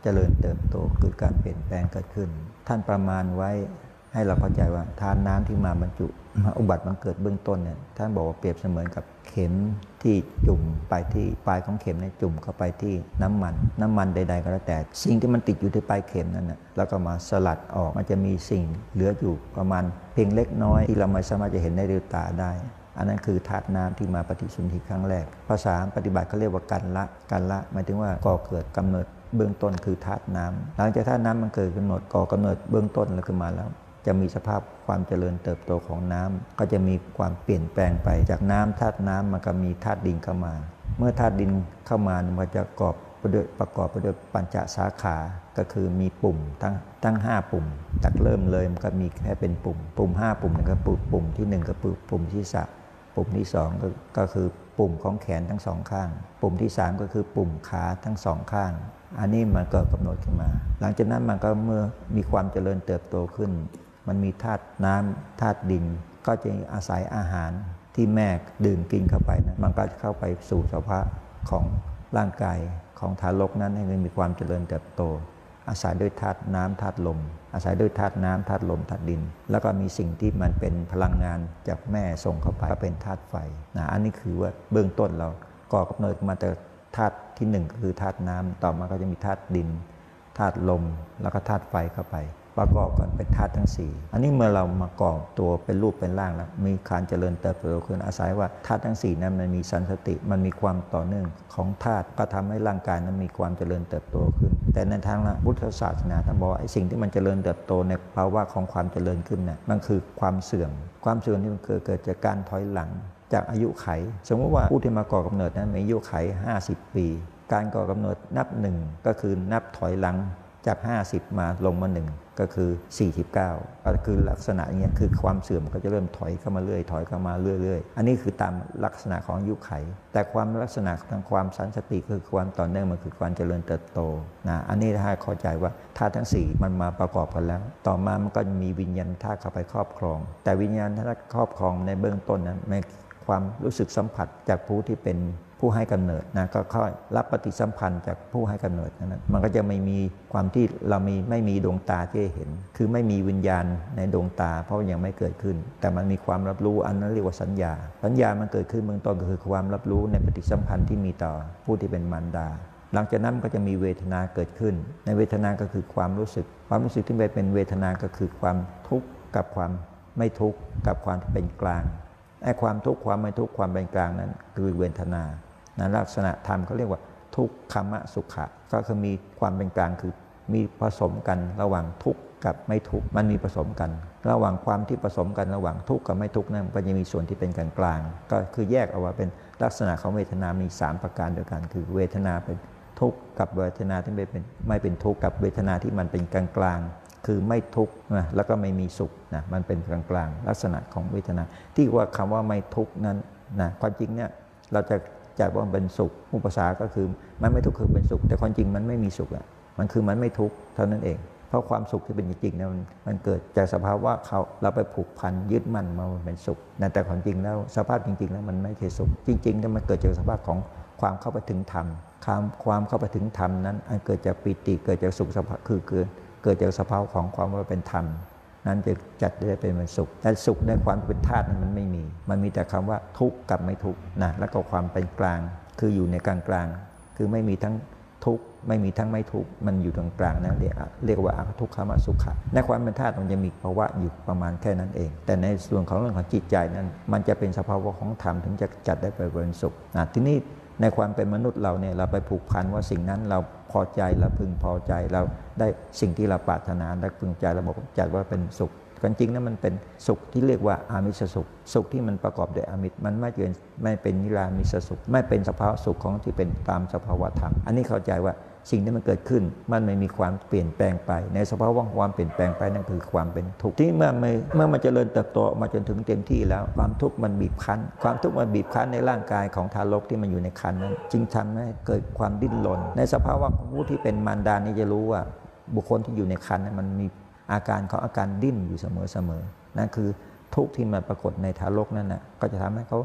เจริญเติบโตคือการเปลี่ยนแปลงเกิดขึ้นท่านประมาณไว้ให้เราเข้าใจว่าทานน้ำที่มาบรรจุอุบัติบังเกิดเบื้องต้นเนี่ยท่านบอกว่าเปรียบเสมือนกับเข็มที่จุ่มไปที่ปลายของเข็มเนี่ยจุ่มเข้าไปที่น้ำมันน้ำมันใดๆก็แล้วแต่สิ่งที่มันติดอยู่ที่ปลายเข็มนั้นนะแล้วก็มาสลัดออกมันจะมีสิ่งเหลืออยู่ประมาณเพียงเล็กน้อยที่เราไม่สามารถจะเห็นได้ด้วยตาได้อันนั้นคือธาตุน้ำที่มาปฏิสนธิครั้งแรกภาษาปฏิบัติเขาเรียกว่ากันละกันละหมายถึงว่าก่อเกิดกำเนิดเบื้องต้นคือธาตุน้ำหลังจากธาตุน้ำมันเกิดกำเนิดก่อกำเนิดเบื้องต้นแล้วขึ้นมาแล้วจะมีสภาพความเจริญเติบโตของน้ำก็จะมีความเปลี่ยนแปลงไปจากน้ำธาตุน้ำมันก็มีธาตุดินเข้ามาเมื่อธาตุดินเข้ามามันจะประกอบประกอบไปด้วยปัญจสาขาก็คือมีปุ่มทั้งทั้งห้าปุ่มจากเริ่มเลยมันก็มีแค่เป็นปุ่มปุ่มห้าปุ่มนึงก็ปุ่มปุ่มที่หนึ่งก็ปุ่มปุ่มที่สามปุ่มที่สองก็ก็คือปุ่มของแขนทั้งสองข้างปุ่มที่สามก็คือปุ่มขาทั้งสองข้างอันนี้มันก็กำหนดขึ้นมาหลังจากนั้นมันก็เมื่อมีความเจริญเติบโตขึ้นมันมีธาตุน้ำธาตุดินก็จะอาศัยอาหารที่แม่ดื่มกินเข้าไปนะมันก็เข้าไปสู่สภาพของร่างกายของทารกนั้นให้มีความเจริญเติบโตอาศัยด้วยธาตุน้ำธาตุลมอาศัยด้วยธาตุน้ำธาตุลมธาตุดินแล้วก็มีสิ่งที่มันเป็นพลังงานจากแม่ส่งเข้าไปก็เป็นธาตุไฟนะอันนี้คือว่าเบื้องต้นเราก่อกำเนิดมาแต่ธาตุที่หนึ่งคือธาตุน้ำต่อมาก็จะมีธาตุดินธาตุลมแล้วก็ธาตุไฟเข้าไปประกอบกันเป็นธาตุทั้งสี่อันนี้เมื่อเรามาก่อตัวเป็นรูปเป็นร่างแล้วมีการเจริญเติบโตขึ้นอาศัยว่าธาตุทั้งสี่นั้นมันมีสันสติมันมีความต่อเนื่องของธาตุก็ทำให้ร่างกายนั้นมีความเจริญเติบโตขึ้นแต่ในทางพุทธศาสนาท่านบอกว่าไอ้สิ่งที่มันเจริญเติบโตในภาวะของความเจริญขึ้นน่ะมันคือความเสื่อมความเสื่อมที่มันเกิดเกิดจากการถอยหลังจากอายุไขสมมติว่าผู้ที่มาก่อกำเนิดนั้นมีอายุไขห้าสิบปีการก่อกำเนิดนับหนึ่งก็คือนับถอยหลังจากห้าสิบมาลงมาหนึ่งก็คือสี่สิบเก้าก็คือลักษณะอย่างเงี้ยคือความเสื่อมก็จะเริ่มถอยเข้ามาเรื่อยถอยเข้ามาเรื่อยๆอันนี้คือตามลักษณะของอายุไขแต่ความลักษณะทางความสันสติคือความต่อเนื่องมันคือความเจริญเติบโตนะอันนี้ถ้าเข้าใจว่าธาตุทั้งสี่มันมาประกอบกันแล้วต่อมามันก็มีวิญญาณธาตุเข้าไปครอบครองแต่วิญญาณธาตุครอบครองในเบื้องต้นนั้นในความรู้สึกสัมผัสจากผู้ที่เป็นผู้ให้กำเนิดนะก็ค่อยรับปฏิสัมพันธ์จากผู้ให้กำเนิดนั้นมันก็จะไม่มีความที่เรามีไม่มีดวงตาที่เห็นคือไม่มีวิญญาณในดวงตาเพราะยังไม่เกิดขึ้นแต่มันมีความรับรู้อันนั้นเรียกว่าสัญญาสัญญามันเกิดขึ้นเบื้องต้นก็คือความรับรู้ในปฏิสัมพันธ์ที่มีต่อผู้ที่เป็นมารดาหลังจากนั้นก็จะมีเวทนาเกิดขึ้นในเวทนาก็คือความรู้สึกความรู้สึกที่เป็นเวทนาก็คือความทุกข์กับความไม่ทุกข์กับความเป็นกลางไอ้ความทุกข์ความไม่ทุกข์ความเป็นกลางนั้นคือเวทนานะลักษณะธรรมเขาเรียกว่าทุกขมสุขะก็คือมีความเป็นกลางคือมีผสมกันระหว่างทุกข์กับไม่ทุกข์มันมีผสมกันระหว่างความที่ผสมกันระหว่างทุกข์กับไม่ทุกข์นั้นก็จะมีส่วนที่เป็นกลางกลางก็คือแยกเอาว่าเป็นลักษณะของเวทนามีสามประการเดียวกันคือเวทนาเป็นทุกข์กับเวทนาที่ไม่เป็นไม่เป็นทุกข์กับเวทนาที่มันเป็นกลางกลางคือไม่ทุกข์นะแล้วก็ไม่มีสุขนะมันเป็นกลางกลางลักษณะของเวทนาที่ว่าคำว่าไม่ทุกข์นั้นนะความจริงเนี่ยเราจะจัดว่าเป็นสุขอุปสาก็คือมันไม่ทุกข์คือเป็นสุขแต่ความจริงมันไม่มีสุขอ่ะมันคือมันไม่ทุกข์เท่านั้นเองเพราะความสุขที่เป็นจริงๆเนี่ยมันมันเกิดจากสภาวะเขาเราไปผูกพันยึดมั่นมามันเป็นสุขแต่ความจริงแล้วสภาพจริงๆแล้วมันไม่ใช่สุขจริงๆแล้วมันเกิดจากสภาพของความเข้าไปถึงธรรมความความเข้าไปถึงธรรมนั้นเกิดจากปิติเกิดจากสุขสภาพคือเกิดเกิดจากสภาวะของความว่าเป็นธรรมนั้นจะจัดได้เป็นสุขแต่สุขในความเป็นธาตุนั้นมันไม่มีมันมีแต่คำว่าทุกข์กับไม่ทุกข์นะแล้วก็ความเป็นกลางคืออยู่ในกลางกลางคือไม่มีทั้งทุกข์ไม่มีทั้งไม่ทุกข์มันอยู่ตรงกลางนะเรียกเรียกว่าทุกขมสุขะในความเป็นธาตุมันจะมีภาวะอยู่ประมาณแค่นั้นเองแต่ในส่วนของเรื่องของจิตใจนั้นมันจะเป็นสภาวะของธรรมถึงจะจัดได้เป็นสุขนะทีนี้ในความเป็นมนุษย์เราเนี่ยเราไปผูกพันว่าสิ่งนั้นเราพอใจเราพึงพอใจเราได้สิ่งที่เราปรารถนาและพึงใจเราบอกจัดว่าเป็นสุขจริงๆนั้นมันเป็นสุขที่เรียกว่าอามิสสุขสุขที่มันประกอบด้วยอามิสมันไม่เป็นไม่เป็นนิรามิสสุขไม่เป็นสภาวะสุขของที่เป็นตามสภาวะธรรมอันนี้เข้าใจว่าสิ่งที่มันเกิดขึ้นมันไม่มีความเปลี่ยนแปลงไปในสภาวะความเปลี่ยนแปลงไปนั่นคือความเป็นทุกข์ที่เมื่อเมื่อมันเจริญเติบโตออกมาจนถึงเต็มที่แล้วความทุกข์มันบีบคั้นความทุกข์มันบีบคั้นในร่างกายของทารกที่มันอยู่ในครรภ์นั้นจึงทำให้เกิดความดิ้นรนในสภาวะผู้ที่เป็นมารดานี่จะรู้ว่าบุคคลที่อยู่ในครรภ์นั้นมันมีอาการของอาการดิ้นอยู่เสมอๆนั่นคือทุกข์ที่มันปรากฏในทารกนั่นนะก็จะทำให้เขา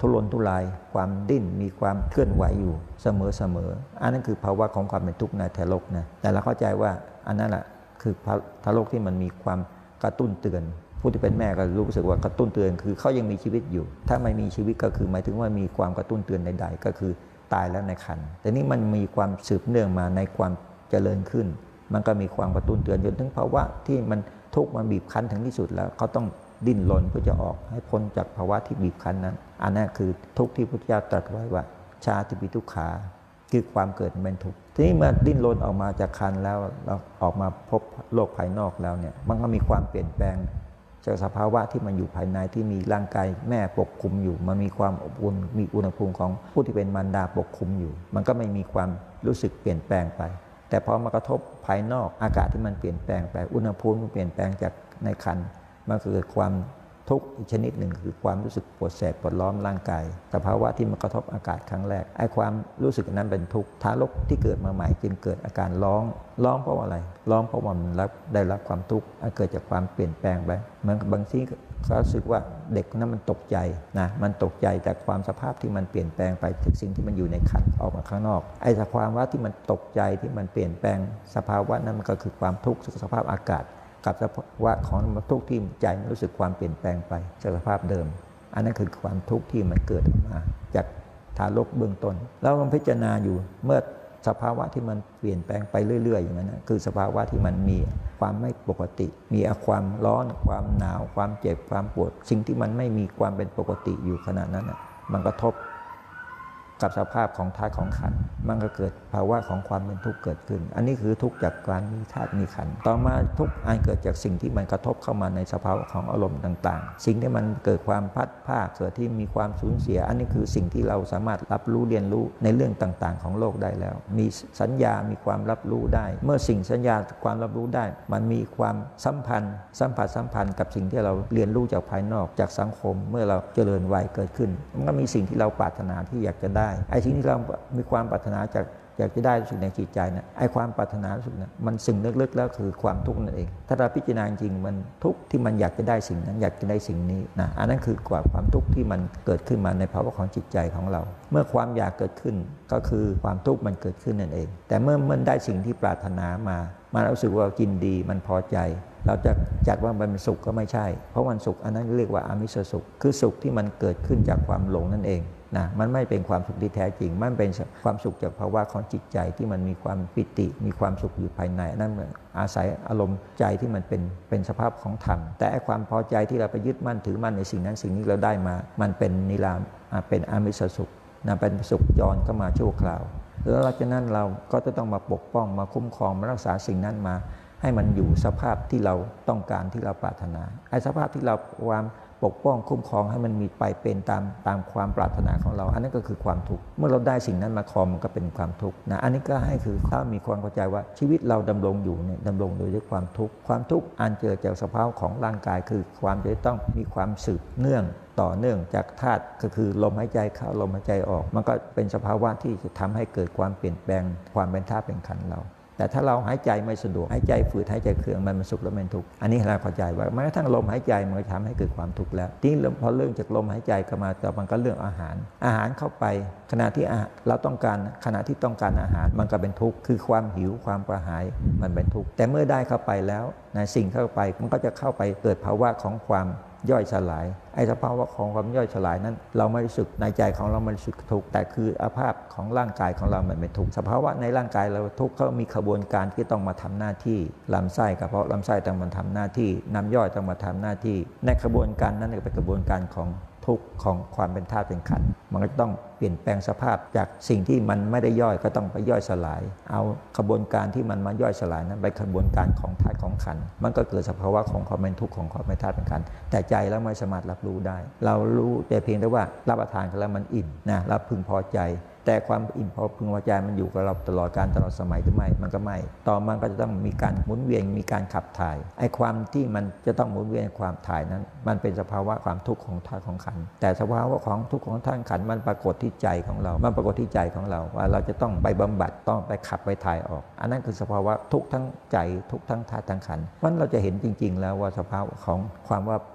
ทุรนทุรายความดิ้นมีความเคลื่อนไหวอยู่เสมอเสมออันนั้นคือภาวะของความเป็นทุกข์ในทารกนะแต่เราเข้าใจว่าอันนั้นแหละคือทารกที่มันมีความกระตุ้นเตือนผู้ที่เป็นแม่ก็รู้สึกว่ากระตุ้นเตือนคือเขายังมีชีวิตอยู่ถ้าไม่มีชีวิตก็คือหมายถึงว่ามีความกระตุ้นเตือนใดๆก็คือตายแล้วในครรภ์แต่นี่มันมีความสืบเนื่องมาในความเจริญขึ้นมันก็มีความกระตุ้นเตือนจนถึงภาวะที่มันทุกข์มันบีบคั้นถึงที่สุดแล้วเขาต้องดิ้นรนเพื่อจะออกให้พ้นจากภาวะที่บีบคั้นนั้นอันนั้นคือทุกข์ที่พุทธเจ้าตรัสไว้ว่าชาติปิทุกขาคือความเกิดเป็นทุกข์ทีนี้เมื่อดิ้นรนออกมาจากครรภ์แล้วเราออกมาพบโลกภายนอกแล้วเนี่ยมันก็มีความเปลี่ยนแปลงจากสภาวะที่มันอยู่ภายในที่มีร่างกายแม่ปกคลุมอยู่มันมีความอบอุ่นมีอุณหภูมิของผู้ที่เป็นมารดาปกคลุมอยู่มันก็ไม่มีความรู้สึกเปลี่ยนแปลงไปแต่พอมากระทบภายนอกอากาศที่มันเปลี่ยนแปลงไปอุณหภูมิมันเปลี่ยนแปลงจากในครรภ์มันเกิดความทุกข์อีกชนิดหนึ่งคือความรู้สึกปวดแสบปวดร้อนร่างกายสภาวะที่มันกระทบอากาศครั้งแรกไอ้ความรู้สึกนั้นเป็นทุกข์ทารกที่เกิดมาใหม่จึงเกิดอาการร้องร้องเพราะอะไรร้องเพราะว่ามันรับได้รับความทุกข์เกิดจากความเปลี่ยนแปลงไปเหมือนบางทีเขารู้สึกว่าเด็กนั้นมันตกใจนะมันตกใจจากความสภาพที่มันเปลี่ยนแปลงไปจากสิ่งที่มันอยู่ในครรภ์ออกมาข้างนอกไอ้สภาวะที่มันตกใจที่มันเปลี่ยนแปลงสภาวะนั้นมันก็คือความทุกข์สภาพอากาศกับสภาวะของทุกข์ที่ใจมันรู้สึกความเปลี่ยนแปลงไปจากสภาพเดิมอันนั้นคือความทุกข์ที่มันเกิดออกมาจากทารกเบื้องต้นแล้วมันพิจารณาอยู่เมื่อสภาวะที่มันเปลี่ยนแปลงไปเรื่อยๆอย่างนั้นนะคือสภาวะที่มันมีความไม่ปกติมีความร้อนความหนาวความเจ็บความปวดสิ่งที่มันไม่มีความเป็นปกติอยู่ขณะนั้นนะมันกระทบกับสภาพของธาตุของขันธ์มันก็เกิดภาวะของความเป็นทุกข์เกิดขึ้นอันนี้คือทุกข์จากการมีธาตุมีขันธ์ต่อมาทุกข์อันเกิดจากสิ่งที่มันกระทบเข้ามาในสภาวะของอารมณ์ต่างๆสิ่งที่มันเกิดความพัดผ้าเกิดที่มีความสูญเสียอันนี้คือสิ่งที่เราสามารถรับรู้เรียนรู้ในเรื่องต่างๆของโลกได้แล้วมีสัญญามีความรับรู้ได้เมื่อสิ่งสัญญาความรับรู้ได้มันมีความสัมพันธ์สัมผัสสัมพันธ์กับสิ่งที่เราเรียนรู้จากภายนอกจากสังคมเมื่อเราเจริญวัยเกิดขึ้นมันก็มีสิ่งที่เราปรารถนาที่อยากจะได้ไอ้สิ่งที่เรามีความปรารถนาจากอยากจะได้รู้สึกในจิตใจนะไอ้ความปรารถนารู้สึกนะมันสิ่งลึกๆแล้วคือความทุกข์นั่นเองถ้าเราพิจารณาจริงมันทุกข์ที่มันอยากจะได้สิ่งนั้นอยากจะได้สิ่งนี้นะอันนั้นคือกว่าความทุกข์ที่มันเกิดขึ้นมาในภาวะของจิตใจของเราเมื่อความอยากเกิดขึ้นก็คือความทุกข์มันเกิดขึ้นนั่นเองแต่เมื่อมันได้สิ่งที่ปรารถนามามันรู้สึกว่ายินดีมันพอใจเราจะจัดว่ามันเป็นสุขก็ไม่ใช่เพราะมันสุขอันนั้นเรียกว่าอามิสสุขคือสุขที่มันเกิดขึ้นจากความหลงนั่นเองนะมันไม่เป็นความสุขที่แท้จริงมันเป็นความสุขจากภาวะของจิตใจที่มันมีความปิติมีความสุขอยู่ภายในนั่นอาศัยอารมณ์ใจที่มันเป็นเป็นสภาพของธรรมแต่ความพอใจที่เราไปยึดมั่นถือมั่นในสิ่งนั้นสิ่งนี้เราได้มามันเป็นนิรามเป็นอามิสสุขนะเป็นสุขจรก็มาชั่วคราวแล้วหลังจากนั้นเราก็จะต้องมาปกป้องมาคุ้มครองมารักษาสิ่งนั้นมาให้มันอยู่สภาพที่เราต้องการที่เราปรารถนาไอ้สภาพที่เราความปกป้องคุ้มครองให้มันมีไปเป็นตามตามความปรารถนาของเราอันนั้นก็คือความทุกข์เมื่อเราได้สิ่งนั้นมาครองมันก็เป็นความทุกข์นะอันนี้ก็ให้คือถ้ามีความเข้าใจว่าชีวิตเราดำรงอยู่เนี่ยดำรงโดยด้วยความทุกข์ความทุกข์อันเกิดจากสภาพของร่างกายคือความจะต้องมีความสืบเนื่องต่อเนื่องจากธาตุก็คือลมหายใจเข้าลมหายใจออกมันก็เป็นสภาวะที่จะทำให้เกิดความเปลี่ยนแปลงความเป็นธาตุเป็นขันธ์เราแต่ถ้าเราหายใจไม่สะดวกหายใจฝืดหายใจเคืองมันมันสุขแล้วมันทุกข์อันนี้เราเข้าใจว่าแม้กระทั่งลมหายใจมันก็ทำให้เกิดความทุกข์แล้วทีนี้พอเรื่องจากลมหายใจก็มาต่อมันก็เรื่องอาหารอาหารเข้าไปขณะที่เราต้องการขณะที่ต้องการอาหารมันก็เป็นทุกข์คือความหิวความกระหายมันเป็นทุกข์แต่เมื่อได้เข้าไปแล้วในสิ่งเข้าไปมันก็จะเข้าไปเกิดภาวะของความย่อยสลายไอ้สภาวะของความย่อยสลายนั้นเราไม่รู้สึกในใจของเราไม่รู้สึกทุกข์แต่คืออาภาพของร่างกายของเรามันเป็นทุกข์สภาวะในร่างกายเราทุกข์เขามีขบวนการที่ต้องมาทำหน้าที่ลำไส้กระเพาะลำไส้ต้องมาทำหน้าที่น้ำย่อยต้องมาทำหน้าที่ในขบวนการนั้นเป็นกระบวนการของทุกข์ของความเป็นธาตุเป็นขันธ์มันก็ต้องเปลี่ยนแปลงสภาพจากสิ่งที่มันไม่ได้ย่อยก็ต้องไปย่อยสลายเอาขบวนการที่มันมาย่อยสลายนั้นไปขบวนการของธาตุของขันธ์มันก็เกิดสภาวะของความเป็นทุกข์ของความเป็นธาตุเป็นขันธ์แต่ใจแล้วไม่สามารถรับรู้ได้เรารู้แต่เพียงแต่ว่ารับประทานกันแล้วมันอิ่มนะรับพึงพอใจแต่ความอิ่มพอพึงพอใจมันอยู่กับเราตลอดการตลอดสมัยหรือไม่มันก็ไม่ต่อมันก็จะต้องมีการหมุนเวียนมีการขับถ่ายไอ้ความที่มันจะต้องหมุนเวียนความถ่ายนั้นมันเป็นสภาวะความทุกข์ของธาตุของขันธ์แต่สภาวะของทุกข์ของธาตุขันธ์มันปรากฏที่ใจของเรามันปรากฏที่ใจของเราว่าเราจะต้องไปบำบัดต้องไปขับไปถ่ายออกอันนั้นคือสภาวะทุกข์ทั้งใจทุกข์ทั้งธาตุทั้งขันธ์เพราะเราจะเห็นจริงๆแล้วว่าสภาวะของความว่า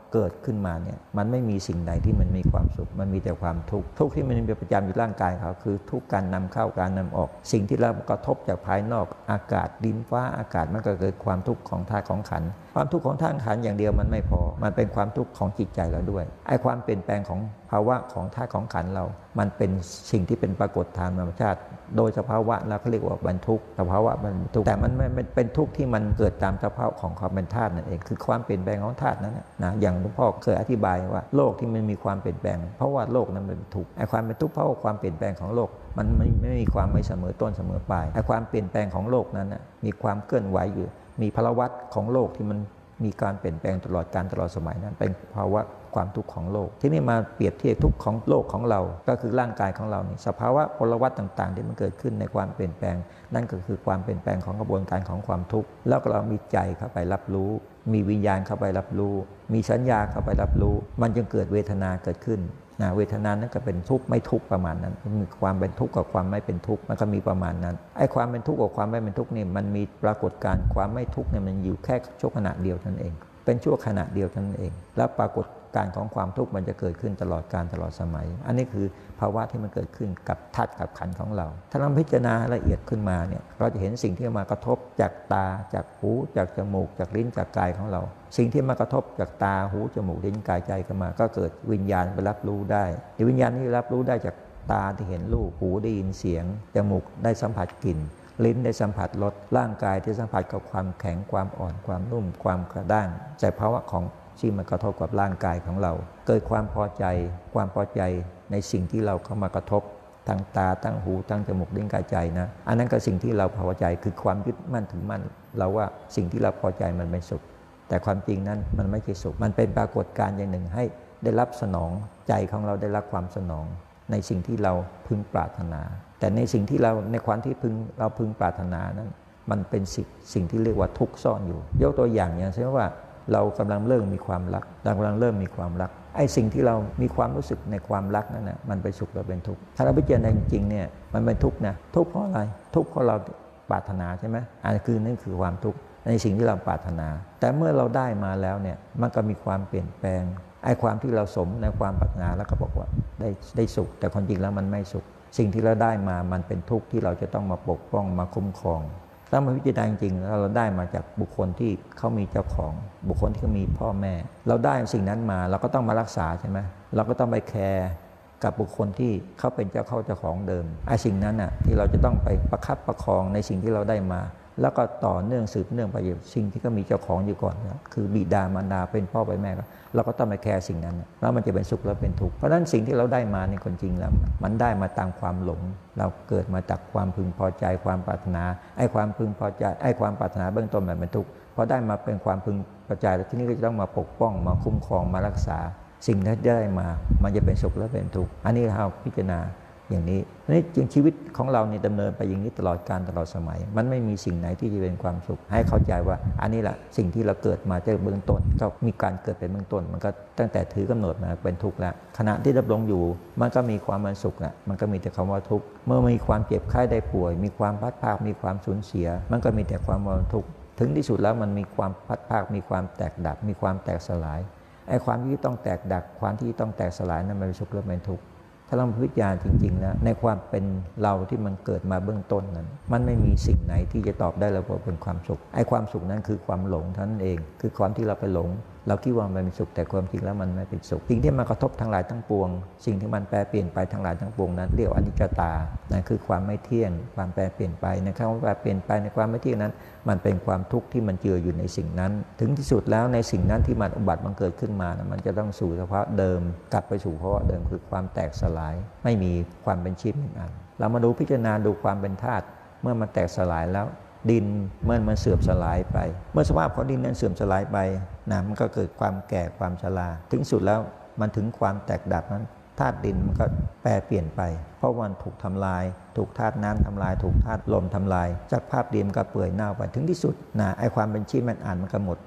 เกิดขึ้นมาเนี่ยมันไม่มีสิ่งใดที่มันมีความสุขมันมีแต่ความทุกข์ทุกข์ที่มันมีประจำอยู่ร่างกายเขาคือทุกข์การนำเข้าการนำออกสิ่งที่เรากระทบจากภายนอกอากาศดินฟ้าอากาศมันก็เกิดความทุกข์ของธาตุของขันธ์ความทุกข์ของธาตุขันธ์อย่างเดียวมันไม่พอมันเป็นความทุกข์ของจิตใจเราด้วยไอ้ความเปลี่ยนแปลงของภาวะของธาตุของขันธ์เรามันเป็นสิ่งที่เป็นปรากฏทางธรรมชาติโดยสภาวะเราเขาเรียกว่าบรรทุกสภาวะบรรทุกแต่มันไม่เป็นทุกข์ที่มันเกิดตามสภาพของความเป็นธาตุนั่นเองคือความเปลี่ยนแปลงของธาตุนั้นนะอย่างหลวงพ่อเคยอธิบายว่าโลกที่มันมีความเปลี่ยนแปลงเพราะว่าโลกนั้นเป็นทุกข์ไอ้ความเป็นทุกข์เพราะว่าความเปลี่ยนแปลงของโลกมันไม่ไม่มีความไม่เสมอต้นเสมอปลายไอ้ความเปลี่ยนแปลงของโลกนั้นนะมีความเคลื่อนไหวอยู่มีพลวัตของโลกที่มันมีการเปลี่ยนแปลงตลอดการตลอดสมัยนั้นเป็นภาวะความทุกข์ของโลกที่นี่มาเปรียบเทียบทุกข์ของโลกของเราก็คือร่างกายของเรานี่สภาวะพลวัตต่างๆที่มันเกิดขึ้นในความเปลี่ยนแปลงนั่นก็คือความเปลี่ยนแปลงของกระบวนการของความทุกข์แล้วเรามีใจเข้าไปรับรู้มีวิญญาณเข้าไปรับรู้มีสัญญาเข้าไปรับรู้มันจึงเกิดเวทนาเกิดขึ้นนะเวทนานั้นก็เป็นทุกข์ไม่ทุกข์ประมาณนั้นมีความเป็นทุกข์กับความไม่เป็นทุกข์มันก็มีประมาณนั้นไอ้ความเป็นทุกข์กับความไม่เป็นทุกข์นี่มันมีปรากฏการณ์ความไม่ทุกข์เนี่ยมันอยู่แค่ชั่วขณะเดียวเท่านั้นเองเป็นชั่วขณะเดียวเท่านั้นเองแล้วปรากฏการของความทุกข์มันจะเกิดขึ้นตลอดการตลอดสมัยอันนี้คือภาวะที่มันเกิดขึ้นกับธาตุกับขันธ์ของเราถ้าเราพิจารณาละเอียดขึ้นมาเนี่ยเราจะเห็นสิ่งที่มากระทบจากตาจากหูจากจมูกจากลิ้นจากกายของเราสิ่งที่มากระทบจากตาหูจมูกลิ้นกายใจกันมาก็เกิดวิญญาณไปรับรู้ได้วิญญาณที่รับรู้ได้จากตาที่เห็นรูปหูได้ยินเสียงจมูกได้สัมผัสกลิ่นลิ้นได้สัมผัสรสร่างกายที่สัมผัสกับความแข็งความอ่อนความนุ่มความกระด้างแต่ภาวะของที่มันกระทบกับร่างกายของเราเกิดความพอใจความพอใจในสิ่งที่เราเข้ามากระทบทางตาทั้งหูทั้งจมูกลิ้นกายใจนะอันนั้นก็สิ่งที่เราพอใจคือความยึดมั่นถือมั่นเราว่าสิ่งที่เราพอใจมันเป็นสุขแต่ความจริงนั้นมันไม่ใช่สุขมันเป็นปรากฏการณ์อย่างหนึ่งให้ได้รับสนองใจของเราได้รับความสนองในสิ่งที่เราพึงปรารถนาแต่ในสิ่งที่เราในความที่พึงเราพึงปรารถนานั้นมันเป็นสิ่งสิ่งที่เรียกว่าทุกข์ซ่อนอยู่ยกตัวอย่างอย่างเช่นว่าเรากำลังเริ่มมีความรักเรากำลังเริ่มมีความรักไอ้สิ่งที่เรามีความรู้สึกในความรักนั้นนะมันเป็นสุขหรือเป็นทุกข์ถ้าเราพิจารณาจริงๆเนี่ยมันเป็นทุกข์นะทุกข์เพราะอะไรทุกข์เพราะเราปรารถนาใช่ไหมอันนี้คือนั่นคือความทุกข์ในสิ่งที่เราปรารถนาแต่เมื่อเราได้มาแล้วเนี่ยมันก็มีความเปลี่ยนแปลงไอ้ความที่เราสมในความปรารถนาแล้วก็บอกว่าได้ได้สุขแต่ความจริงแล้วมันไม่สุขสิ่งที่เราได้มามันเป็นทุกข์ที่เราจะต้องมาปกป้องมาคุ้มครองถ้ามาพิจารณาจริงๆเราได้มาจากบุคคลที่เขามีเจ้าของบุคคลที่เขามีพ่อแม่เราได้สิ่งนั้นมาเราก็ต้องมารักษาใช่ไหมเราก็ต้องไปแคร์กับบุคคลที่เขาเป็นเจ้าเข้าเจ้าของเดิมไอ้สิ่งนั้นน่ะที่เราจะต้องไปประคับประคองในสิ่งที่เราได้มาแล้วก็ต่อเนื่องสืบเนื่องไปอยู่สิ่งที่ก็มีเจ้าของอยู่ก่อนนะคือบิดามารดาเป็นพ่อเป็นแม่ก็เราก็ต้องไปแคร์สิ่งนั้นแล้วมันจะเป็นสุขแล้วเป็นทุกข์เพราะฉะนั้นสิ่งที่เราได้มาในคนจริงแล้วมันได้มาตามความหลงเราเกิดมาจากความพึงพอใจความปรารถนาไอ้ความพึงพอใจไอ้ความปรารถนาเบื้องต้นมันเป็นทุกข์พอได้มาเป็นความพึงพอใจแล้วที่นี้ก็จะต้องมาปกป้องมาคุ้มครองมารักษาสิ่งที่ได้มามันจะเป็นสุขแล้วเป็นทุกข์อันนี้เราพิจารณาอย่างนี้นี่จริงชีวิตของเรานี่ดำเนินไปอย่างนี้ตลอดการตลอดสมัยมันไม่มีสิ่งไหนที่จะเป็นความสุขให้เข้าใจว่าอันนี้แหละสิ่งที่เราเกิดมาจากเบื้องต้นก็มีการเกิดเป็นเบื้องต้นมันก็ตั้งแต่ถือกำเนิดมาเป็นทุกข์แล้วขณะที่ดำรงอยู่มันก็มีความมันสุขแหละมันก็มีแต่คำว่าทุกข์เมื่อมีความเจ็บไข้ได้ป่วยมีความพัดพากมีความสูญเสียมันก็มีแต่ความว่าทุกข์ถึงที่สุดแล้วมันมีความพัดพากมีความแตกดับมีความแตกสลายไอ้ความที่ต้องแตกดับความที่ต้องแตกสลายนั้นมันเป็นสุขหรือเป็นทุกข์ถ้าเราพิจารณาจริงๆแล้วในความเป็นเราที่มันเกิดมาเบื้องต้นนั้นมันไม่มีสิ่งไหนที่จะตอบได้เลยว่าเป็นความสุขไอ้ความสุขนั้นคือความหลงเท่านั้นเองคือความที่เราไปหลงเราคิดว่ามันเป็นสุขแต่ความจริงแล้วมันไม่เป็นสุขสิ่งที่มากระทบทั้งหลายทั้งปวงสิ่งที่มันแปรเปลี่ยนไปทั้งหลายทั้งปวงนั้นเรียกว่าอนิจจตานั่นคือความไม่เที่ยงความแปรเปลี่ยนไปนะครับว่าแปรเปลี่ยนไปในความไม่เที่ยงนั้นมันเป็นความทุกข์ที่มันเจืออยู่ในสิ่งนั้นถึงที่สุดแล้วในสิ่งนั้นที่มันอุบัติมันเกิดขึ้นมานะมันจะต้องสู่สภาวะเดิมกลับไปสู่ภาวะเดิมคือความแตกสลายไม่มีความเป็นชีวิตหนึ่งอันเรามาดูพิจารณาดูความเป็นธาตุเมื่อมันแตกสลายแล้วดินเมื่อมันเสื่อมสลายไปเมื่อสภาพของดินนั้นเสื่อมสลายไปนะมันก็เกิดความแก่ความชราถึงสุดแล้วมันถึงความแตกดับนั้นธาตุดินมันก็แปรเปลี่ยนไปเพราะมันถูกทำลายถูกธาตุน้ำทำลายถูกธาตุลมทำลายจากภาพดินมันก็เปื่อยเน่าไปถึงที่สุดนะไอ้ความเป็นชีวิตมันอ่านมันก็หมดไป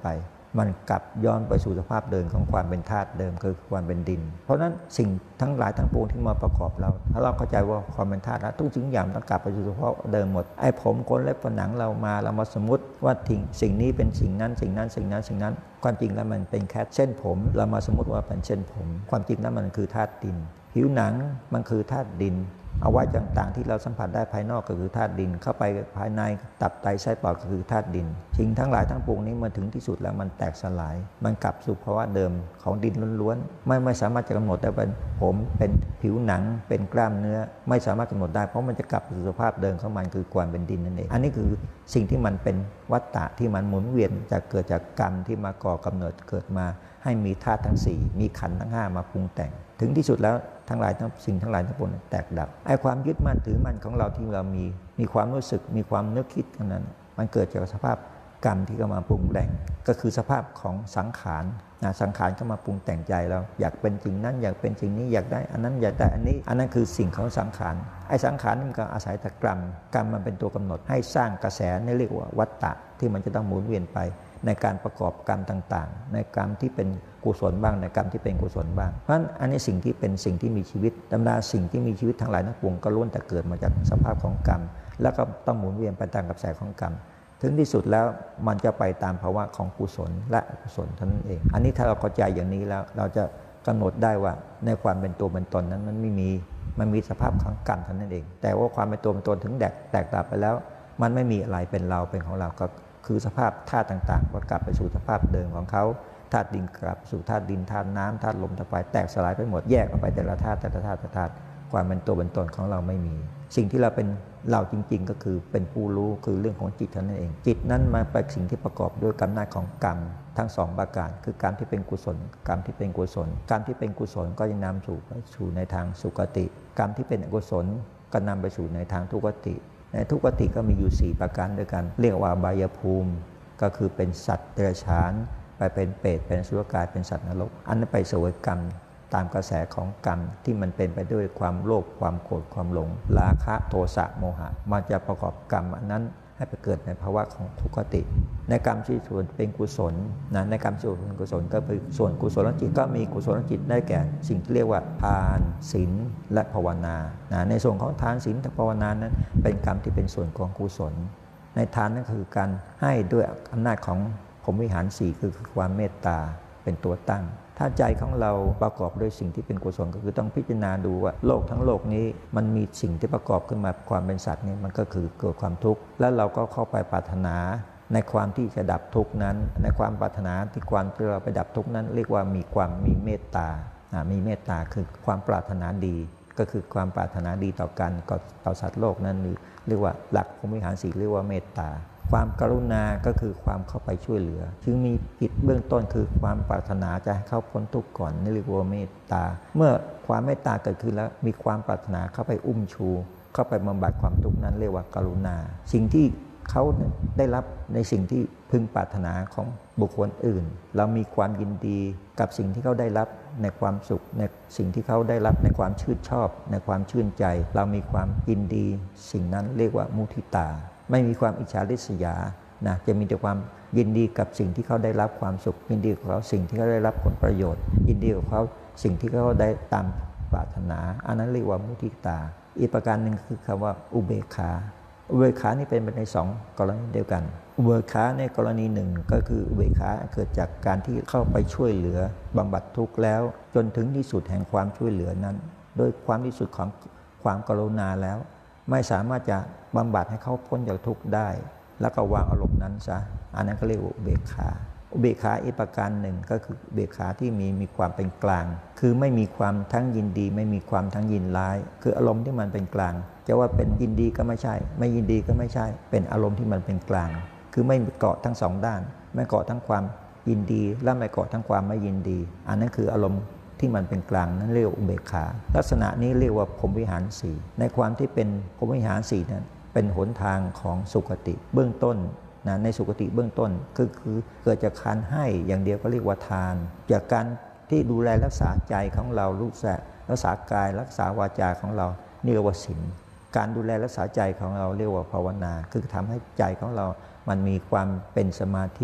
มันกลับย้อนไปสู่สภาพเดิมของความเป็นธาตุเดิมคือความเป็นดินเพราะฉะนั้นสิ่งทั้งหลายทั้งปวงที่มาประกอบเราถ้าเราเข้าใจว่าความเป็นธาตุแล้วทุกสิ่งอย่างต้องกลับไปสู่สภาพเดิมหมดไอ้ผมขนเล็บฝันหนังเรามาเรามาสมมติว่าสิ่งนี้เป็นสิ่งนั้นสิ่งนั้นสิ่งนั้นสิ่งนั้นความจริงแล้วมันเป็นแค่เส้นผมเรามาสมมติว่าเป็นเส้นผมความจริงแล้วมันคือธาตุดินผิวหนังมันคือธาตุดินอวัยวะต่างๆที่เราสัมผัสได้ภายนอกก็คือธาตุดินเข้าไปภายในตับไตไส้ปอดก็คือธาตุดินสิ่งทั้งหลายทั้งปวงนี้มาถึงที่สุดแล้วมันแตกสลายมันกลับสู่ภาวะเดิมของดินล้วนๆไม่ไม่สามารถจะกำหนดได้เป็นผมเป็นผิวหนังเป็นกล้ามเนื้อไม่สามารถกำหนดได้เพราะมันจะกลับสู่สภาพเดิมของมันคือความเป็นดินนั่นเองอันนี้คือสิ่งที่มันเป็นวัฏฏะที่มันหมุนเวียนจากเกิดจากกรรมที่มาก่อกำเนิดเกิดมาให้มีธาตุทั้งสี่มีขันธ์ทั้งห้ามาปรุงแต่งถึงที่สุดแล้วทั้งหลายทั้งสิ่งทั้งหลายทั้งปวงแตกดับไอ้ความยึดมั่นถือมั่นของเราที่เรามีมีความรู้สึกมีความนึกคิดกันนั้นมันเกิดจากสภาพกรรมที่เข้ามาปรุงแต่งก็คือสภาพของสังขารนะสังขารเข้ามาปรุงแต่งใจเราอยากเป็นสิ่งนั้นอยากเป็นสิ่งนี้อยากได้อันนั้นอยากได้อันนี้อันนั้นคือสิ่งของสังขารไอ้สังขารมันก็อาศัยแต่กรรมกรรมมันเป็นตัวกำหนดให้สร้างกระแสนี่เรียกว่าวัฏฏะที่มันจะต้องหมุนเวียนไปในการประกอบกรรมต่างๆในกรรมที่เป็นกุศลบ้างในกรรมที่เป็นกุศลบ้างเพราะฉะนั้นอันนี้สิ่งที่เป็นสิ่งที่มีชีวิตธรรมดาสิ่งที่มีชีวิตทั้งหลายทั้งปวงก็ล้วนแต่เกิดมาจากสภาพของกรรมแล้วก็ต้องหมุนเวียนไปตามกระแสของกรรมถึงที่สุดแล้วมันจะไปตามภาวะของกุศลและอกุศลเท่านั้นเองอันนี้ถ้าเราเข้าใจอย่างนี้แล้วเราจะกำหนดได้ว่าในความเป็นตัวเป็นตนนั้นมันไม่มีมันมีสภาพของกรรมเท่านั้นเองแต่ว่าความเป็นตัวเป็นตนถึงแตกแตกดับไปแล้วมันไม่มีอะไรเป็นเราเป็นของเราก็คือสภาพธาตุต่างๆก็กลับไปสู่สภาพเดิมของเขาธาตุดินกลับสู่ธาตุดินธาตุน้ำธาตุลมธาตุไฟแตกสลายไปหมดแยกออกไปแต่ละธาตุแต่ละธาตุแต่ละธาตุความเป็นตัวเป็นตนของเราไม่มีสิ่งที่เราเป็นเราจริงๆก็คือเป็นผู้รู้คือเรื่องของจิตเท่านั้นเองจิตนั้นมาเป็นสิ่งที่ประกอบด้วยอำนาจของกรรมทั้งสองประการคือกรรมที่เป็นกุศลกรรมที่เป็นกุศลกรรมที่เป็นกุศลก็จะนำสู่ไปสู่ในทางสุคติกรรมที่เป็นอกุศลก็นำไปสู่ในทางทุกขติในทุกขติก็มีอยู่สี่ประการด้วยกันเรียกว่าอบายภูมิก็คือเป็นสัตว์เดรัจฉานไปเป็นเปรตเป็นอสุรกายเป็นสัตว์นรกอันนั้นไปเสวยกรรมตามกระแสของกรรมที่มันเป็นไปด้วยความโลภความโกรธความหลงราคะโทสะโมหะมันจะประกอบกรรมอันนั้นให้ไปเกิดในภาวะของทุกขติในกรรมที่ส่วนเป็นกุศลนะในกรรมส่วนเป็นกุศลก็คือส่วนกุศลจิตก็มีกุศลจิตได้แก่สิ่งที่เรียกว่าทานศีลและภาวนานะในส่วนของทานศีลและภาวนานั้นเป็นกรรมที่เป็นส่วนของกุศลในทานนั่นคือการให้ด้วยอำนาจของพรหมวิหารสี่คือความเมตตาเป็นตัวตั้งถ้าใจของเราประกอบด้วยสิ่งที่เป็นกุศลก็คือต้องพิจารณาดูว่าโลกทั้งโลกนี้มันมีสิ่งที่ประกอบขึ้นมาความเป็นสัตว์นี่มันก็คือเกิดความทุกข์แล้วเราก็เข้าไปปรารถนาในความที่จะดับทุกข์นั้นในความปรารถนาที่ความที่เราไปดับทุกข์นั้นเรียกว่ามีความมีเมตตามีเมตตาคือความปรารถนาดีก็คือความปรารถนาดีต่อกันต่อสัตว์โลกนั้นเรียกว่าหลักพรหมวิหารสี่เรียกว่าเมตตาความกรุณาก็คือความเข้าไปช่วยเหลือจึงมีจิตเบื้องต้นคือความปรารถนาจะให้เขาพ้นทุกข์ก่อนนี่เรียกว่าเมตตาเมื่อความเมตตาเกิดขึ้นแล้วมีความปรารถนาเข้าไปอุ้มชูเข้าไปบำบัดความทุกข์นั้นเรียกว่ากรุณาสิ่งที่เขาได้รับในสิ่งที่พึงปรารถนาของบุคคลอื่นเรามีความยินดีกับสิ่งที่เขาได้รับในความสุขในสิ่งที่เขาได้รับในความชื่นชอบในความชื่นใจเรามีความยินดีสิ่งนั้นเรียกว่ามุทิตาไม่มีความอิจฉาริษยานะจะมีแต่ความยินดีกับสิ่งที่เขาได้รับความสุขยินดีกับเขาสิ่งที่เขาได้รับผลประโยชน์ยินดีกับเขาสิ่งที่เขาได้ตามปรารถนาอันนั้นเรียกว่ามุทิตาอีกประการหนึ่งคือคำว่าอุเบกขาอุเบกขานี่เป็นไปในสองกรณีเดียวกันอุเบกขาในกรณีหนึ่งก็คืออุเบกขาเกิดจากการที่เข้าไปช่วยเหลือบำบัดทุกข์แล้วจนถึงที่สุดแห่งความช่วยเหลือนั้นโดยความที่สุดของความกรุณาแล้วไม่สามารถจะบำบัดให้เขาพ้นจากทุกข์ได้แล้วก็วางอารมณ์นั้นซะอันนั้นก็เรียกว่าอุเบกขาอุเบกขาอีกประการหนึ่งก็คืออุเบกขาที่มีมีความเป็นกลางคือไม่มีความทั้งยินดีไม่มีความทั้งยินร้ายคืออารมณ์ที่มันเป็นกลางจะว่าเป็นยินดีก็ไม่ใช่ไม่ยินดีก็ไม่ใช่เป็นอารมณ์ที่มันเป็นกลางคือไม่เกาะทั้งสองด้านไม่เกาะทั้งความยินดีและไม่เกาะทั้งความไม่ยินดีอันนั้นคืออารมณ์ที่มันเป็นกลางนั้นเรียกว่าอุเบกขาลักษณะนี้เรียกว่าพรหมวิหารสี่ในความที่เป็นพรหมวิหารสี่นั้นเป็นหนทางของสุคติเบื้องต้นนะในสุคติเบื้องต้นคือคือเกิดจากการให้อย่างเดียวก็เรียกว่าทานจากการที่ดูแลรักษาใจของเรารู้สึกรักษากายรักษาวาจาของเรานี่เรียกว่าศีลการดูแลรักษาใจของเราเรียกว่าภาวนาคือทำให้ใจของเรามันมีความเป็นสมาธิ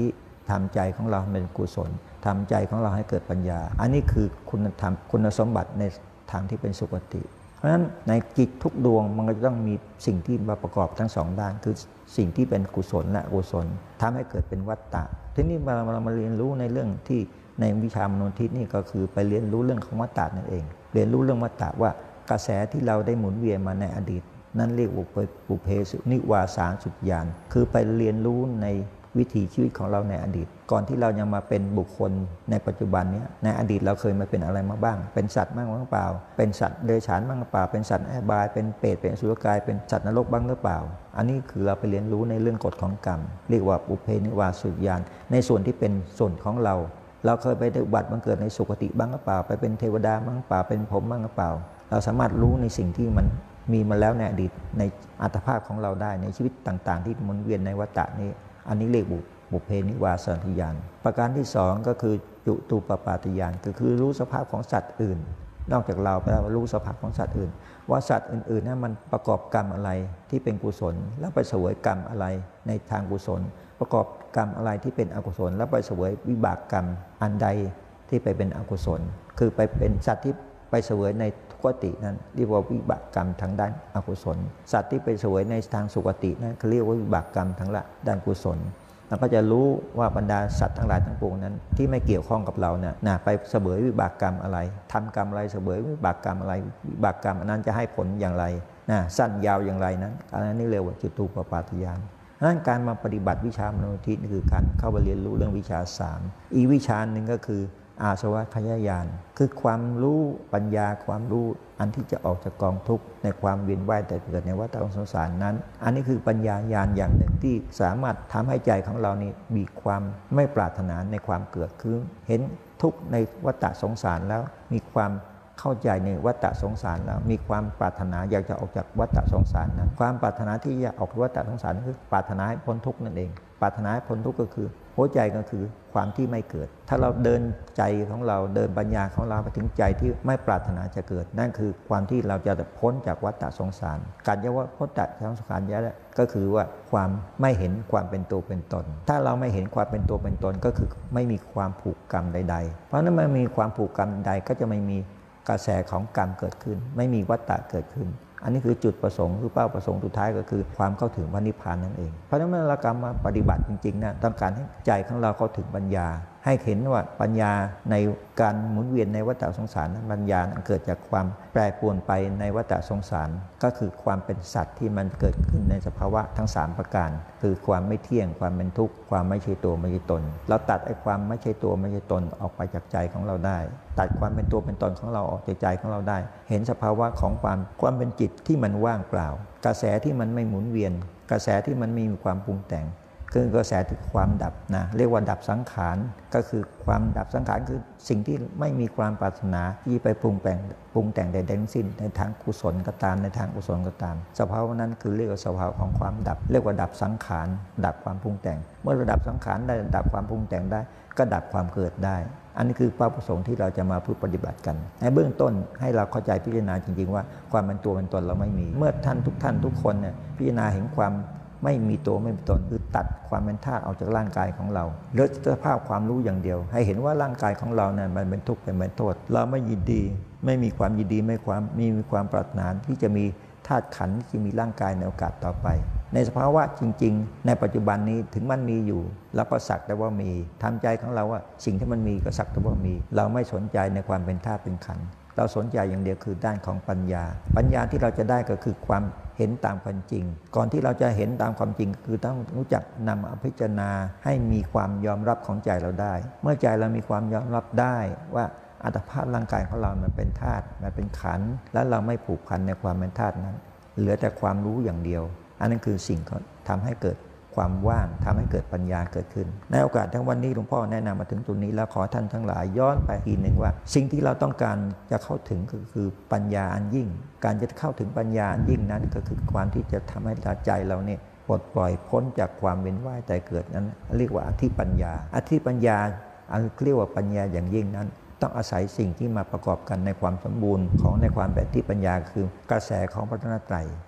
ทำใจของเราเป็นกุศลทำใจของเราให้เกิดปัญญาอันนี้คือคุณธรรมคุณสมบัติในทางที่เป็นสุคติเพราะฉะนั้นในจิตทุกดวงมันก็จะต้องมีสิ่งที่มาประกอบทั้งสองด้านคือสิ่งที่เป็นกุศลและอกุศลทำให้เกิดเป็นวัฏฏะทีนี้เราเรามาเรียนรู้ในเรื่องที่ในวิชามโนทิฏนี่ก็คือไปเรียนรู้เรื่องของวัฏฏะนั่นเองเรียนรู้เรื่องวัฏฏะว่ากระแสที่เราได้หมุนเวียนมาในอดีตนั่นเรียกว่าปุเพสุนิวาสานสุญญาณคือไปเรียนรู้ในวิถีชีวิตของเราในอดีตก่อนที่เรายังมาเป็นบุคคลในปัจจุบันนี้ในอดีตเราเคยมาเป็นอะไรมาบ้างเป็นสัตว์บ้างหรือเปล่าเป็นสัตว์เดรัจฉานบ้างหรือเปล่าเป็นสัตว์อบายเป็นเปรตเป็นอสุรกายเป็นสัตว์นรกบ้างหรือเปล่าอันนี้คือเราไปเรียนรู้ในเรื่องกฎของกรรมเรียกว่าปุเพนิวาสญญาณในส่วนที่เป็นส่วนของเราเราเคยไปได้อุบัติบังเกิดในสุคติบ้างหรือเปล่าไปเป็นเทวดาบ้างหรือเปล่าเป็นพรหมบ้างหรือเปล่าเราสามารถรู้ในสิ่งที่มันมีมาแล้วในอดีตในอัตภาพของเราได้ในชีวิตต่างๆที่หมุนเวียนในวัฏฏะนี้อันนี้เรียกบุพเพนิวาสญญาณประการที่สองก็คือจุตูปปาตญาณก็คือรู้สภาพของสัตว์อื่นนอกจากเราไปแล้วรู้สภาพของสัตว์อื่นว่าสัตว์อื่นๆนั้นมันประกอบกรรมอะไรที่เป็นกุศลแล้วไปเสวยกรรมอะไรในทางกุศลประกอบกรรมอะไรที่เป็นอกุศลแล้วไปเสวยวิบากกรรมอันใดที่ไปเป็นอกุศลคือไปเป็นสัตว์ที่ไปเสวยในทุกตินั้นเรียกว่าวิบากกรรมทางด้านอกุศลสัตว์ที่ไปเสวยในทางสุคตินั้นเขาเรียกว่าวิบากกรรมทางละด้านกุศลเราก็จะรู้ว่าบรรดาสัตว์ทั้งหลายทั้งปวงนั้นที่ไม่เกี่ยวข้องกับเราเนี่ยนะไปเสวยวิบากกรรมอะไรทำกรรมอะไรเสวยวิบากกรรมอะไรวิบากกรรมนั้นจะให้ผลอย่างไรนะสั้นยาวอย่างไรนั้นอันนั้นนี่เรียกว่าจุตูปปาตญาณดังนั้นการมาปฏิบัติวิชามโนทิฏนี่คือการเข้าไปเรียนรู้เรื่องวิชาสามอีกวิชาหนึ่งก็คืออาสวะขยายานคือความรู้ปัญญาความรู้อันที่จะออกจากกองทุกข์ในความเวียนว่ายแต่เกิดในวัฏสงสารนั้นอันนี้คือปัญญาญาณอย่างหนึ่งที่สามารถทำให้ใจของเรานี่มีความไม่ปรารถนาในความเกิดคือเห็นทุกข์ในวัฏสงสารแล้วมีความเข้าใจในวัฏสงสารแล้วมีความปรารถนาอยากจะออกจากวัฏสงสารนั้นความปรารถนาที่จะออกจากวัฏสงสารคือปรารถนาให้พ้นทุกข์นั่นเองปรารถนาให้พ้นทุกข์ก็คือหัวใจก็คือความที่ไม่เกิดถ้าเราเดินใจของเราเดินปัญญาของเราไปถึงใจที่ไม่ปรารถนาจะเกิดนั่นคือความที่เราจะพ้นจากวัฏสงสารการจะว่าพ้นจากสงสารยะก็คือว่าความไม่เห็นความเป็นตัวเป็นตนถ้าเราไม่เห็นความเป็นตัวเป็นตนก็คือไม่มีความผูกกรรมใดๆเพราะนั้นไม่มีความผูกกรรมใดก็จะไม่มีกระแสของกรรมเกิดขึ้นไม่มีวัฏฏะเกิดขึ้นอันนี้คือจุดประสงค์คือเป้าประสงค์สุดท้ายก็คือความเข้าถึงพระนิพพานนั่นเองเพราะฉะนั้นเมื่อเรากำมาปฏิบัติจริงๆนะต้องการให้ใจของเราเข้าถึงปัญญาให้เห็นว่าปัญญาในการหมุนเวียนในวัฏสงสารนั้นปัญญาเกิดจากความแปรปรวนไปในวัฏสงสารก็คือความเป็นสัตว์ที่มันเกิดขึ้นในสภาวะทั้งสามประการคือความไม่เที่ยงความเป็นทุกข์ความไม่ใช่ตัวไม่ใช่ตนเราตัดไอ้ความไม่ใช่ตัวไม่ใช่ตนออกไปจากใจของเราได้ตัดความเป็นตัวเป็นตนของเราออกจากใจของเราได้เห็นสภาวะของความความเป็นจิตที่มันว่างเปล่ากระแสที่มันไม่หมุนเวียนกระแสที่มันไม่มีความปรุงแต่งคือกระแสที่ความดับนะเรียกว่าดับสังขารก็คือความดับสังขารคือสิ่งที่ไม่มีความปรารถนาที่ไปปรุงแต่งปรุงแต่งใดๆทั้งสิ้นในทางกุศลก็ตามในทางกุศลก็ตามสภาวะนั้นคือเรียกว่าสภาวะของความดับเรียกว่าดับสังขารดับความปรุงแต่งเมื่อระดับสังขารได้ดับความปรุงแต่งได้ก็ดับความเกิดได้อันนี้คือเป้าประสงค์ที่เราจะมาพูดปฏิบัติกันในเบื้องต้นให้เราเข้าใจพิจารณาจริงๆว่าความเป็นตัวเป็นตนเราไม่มีเมื่อท่านทุกท่านทุกคนเนี่ยพิจารณาเห็นความไม่มีตัวไม่มีตนคือตัดความเป็นธาตุออกจากร่างกายของเราเหลือสภาพความรู้อย่างเดียวให้เห็นว่าร่างกายของเราเนี่ยมันเป็นทุกข์เป็นโทษเราไม่ยินดีไม่มีความยินดีไม่ความมีมีความปรารถนาที่จะมีธาตุขันธ์ที่มีร่างกายในโอกาสต่อไปในสภาวะจริงๆในปัจจุบันนี้ถึงมันมีอยู่เราก็สักแต่ว่ามีทำใจของเราว่าสิ่งที่มันมีก็สักแต่ว่ามีเราไม่สนใจในความเป็นธาตุเป็นขันธ์เราสนใจอย่างเดียวคือด้านของปัญญาปัญญาที่เราจะได้ก็คือความเห็นตามความจริงก่อนที่เราจะเห็นตามความจริงคือต้องรู้จักนำมาพิจารณาให้มีความยอมรับของใจเราได้เมื่อใจเรามีความยอมรับได้ว่าอัตภาพร่างกายของเรามันเป็นธาตุมันเป็นขันธ์และเราไม่ผูกพันในความเป็นธาตุนั้นเหลือแต่ความรู้อย่างเดียวอันนั้นคือสิ่งที่ทำให้เกิดความว่างทำให้เกิดปัญญาเกิดขึ้นในโอกาสทั้งวันนี้หลวงพ่อแนะนำมาถึงตรงนี้แล้วขอท่านทั้งหลายย้อนไปทีหนึ่งว่าสิ่งที่เราต้องการจะเข้าถึงก็คือปัญญาอันยิ่งการจะเข้าถึงปัญญาอันยิ่งนั้นก็คือความที่จะทำให้ใจเราเนี่ยปลดปล่อยพ้นจากความเวียนว่ายตายเกิดนั้นเรียกว่าอธิปัญญาอธิปัญญาอันเรียกว่าปัญญาอย่างยิ่งนั้นต้องอาศัยสิ่งที่มาประกอบกันในความสมบูรณ์ของในความเป็นอธิปัญญาคือกระแสของพระรัตนตรัย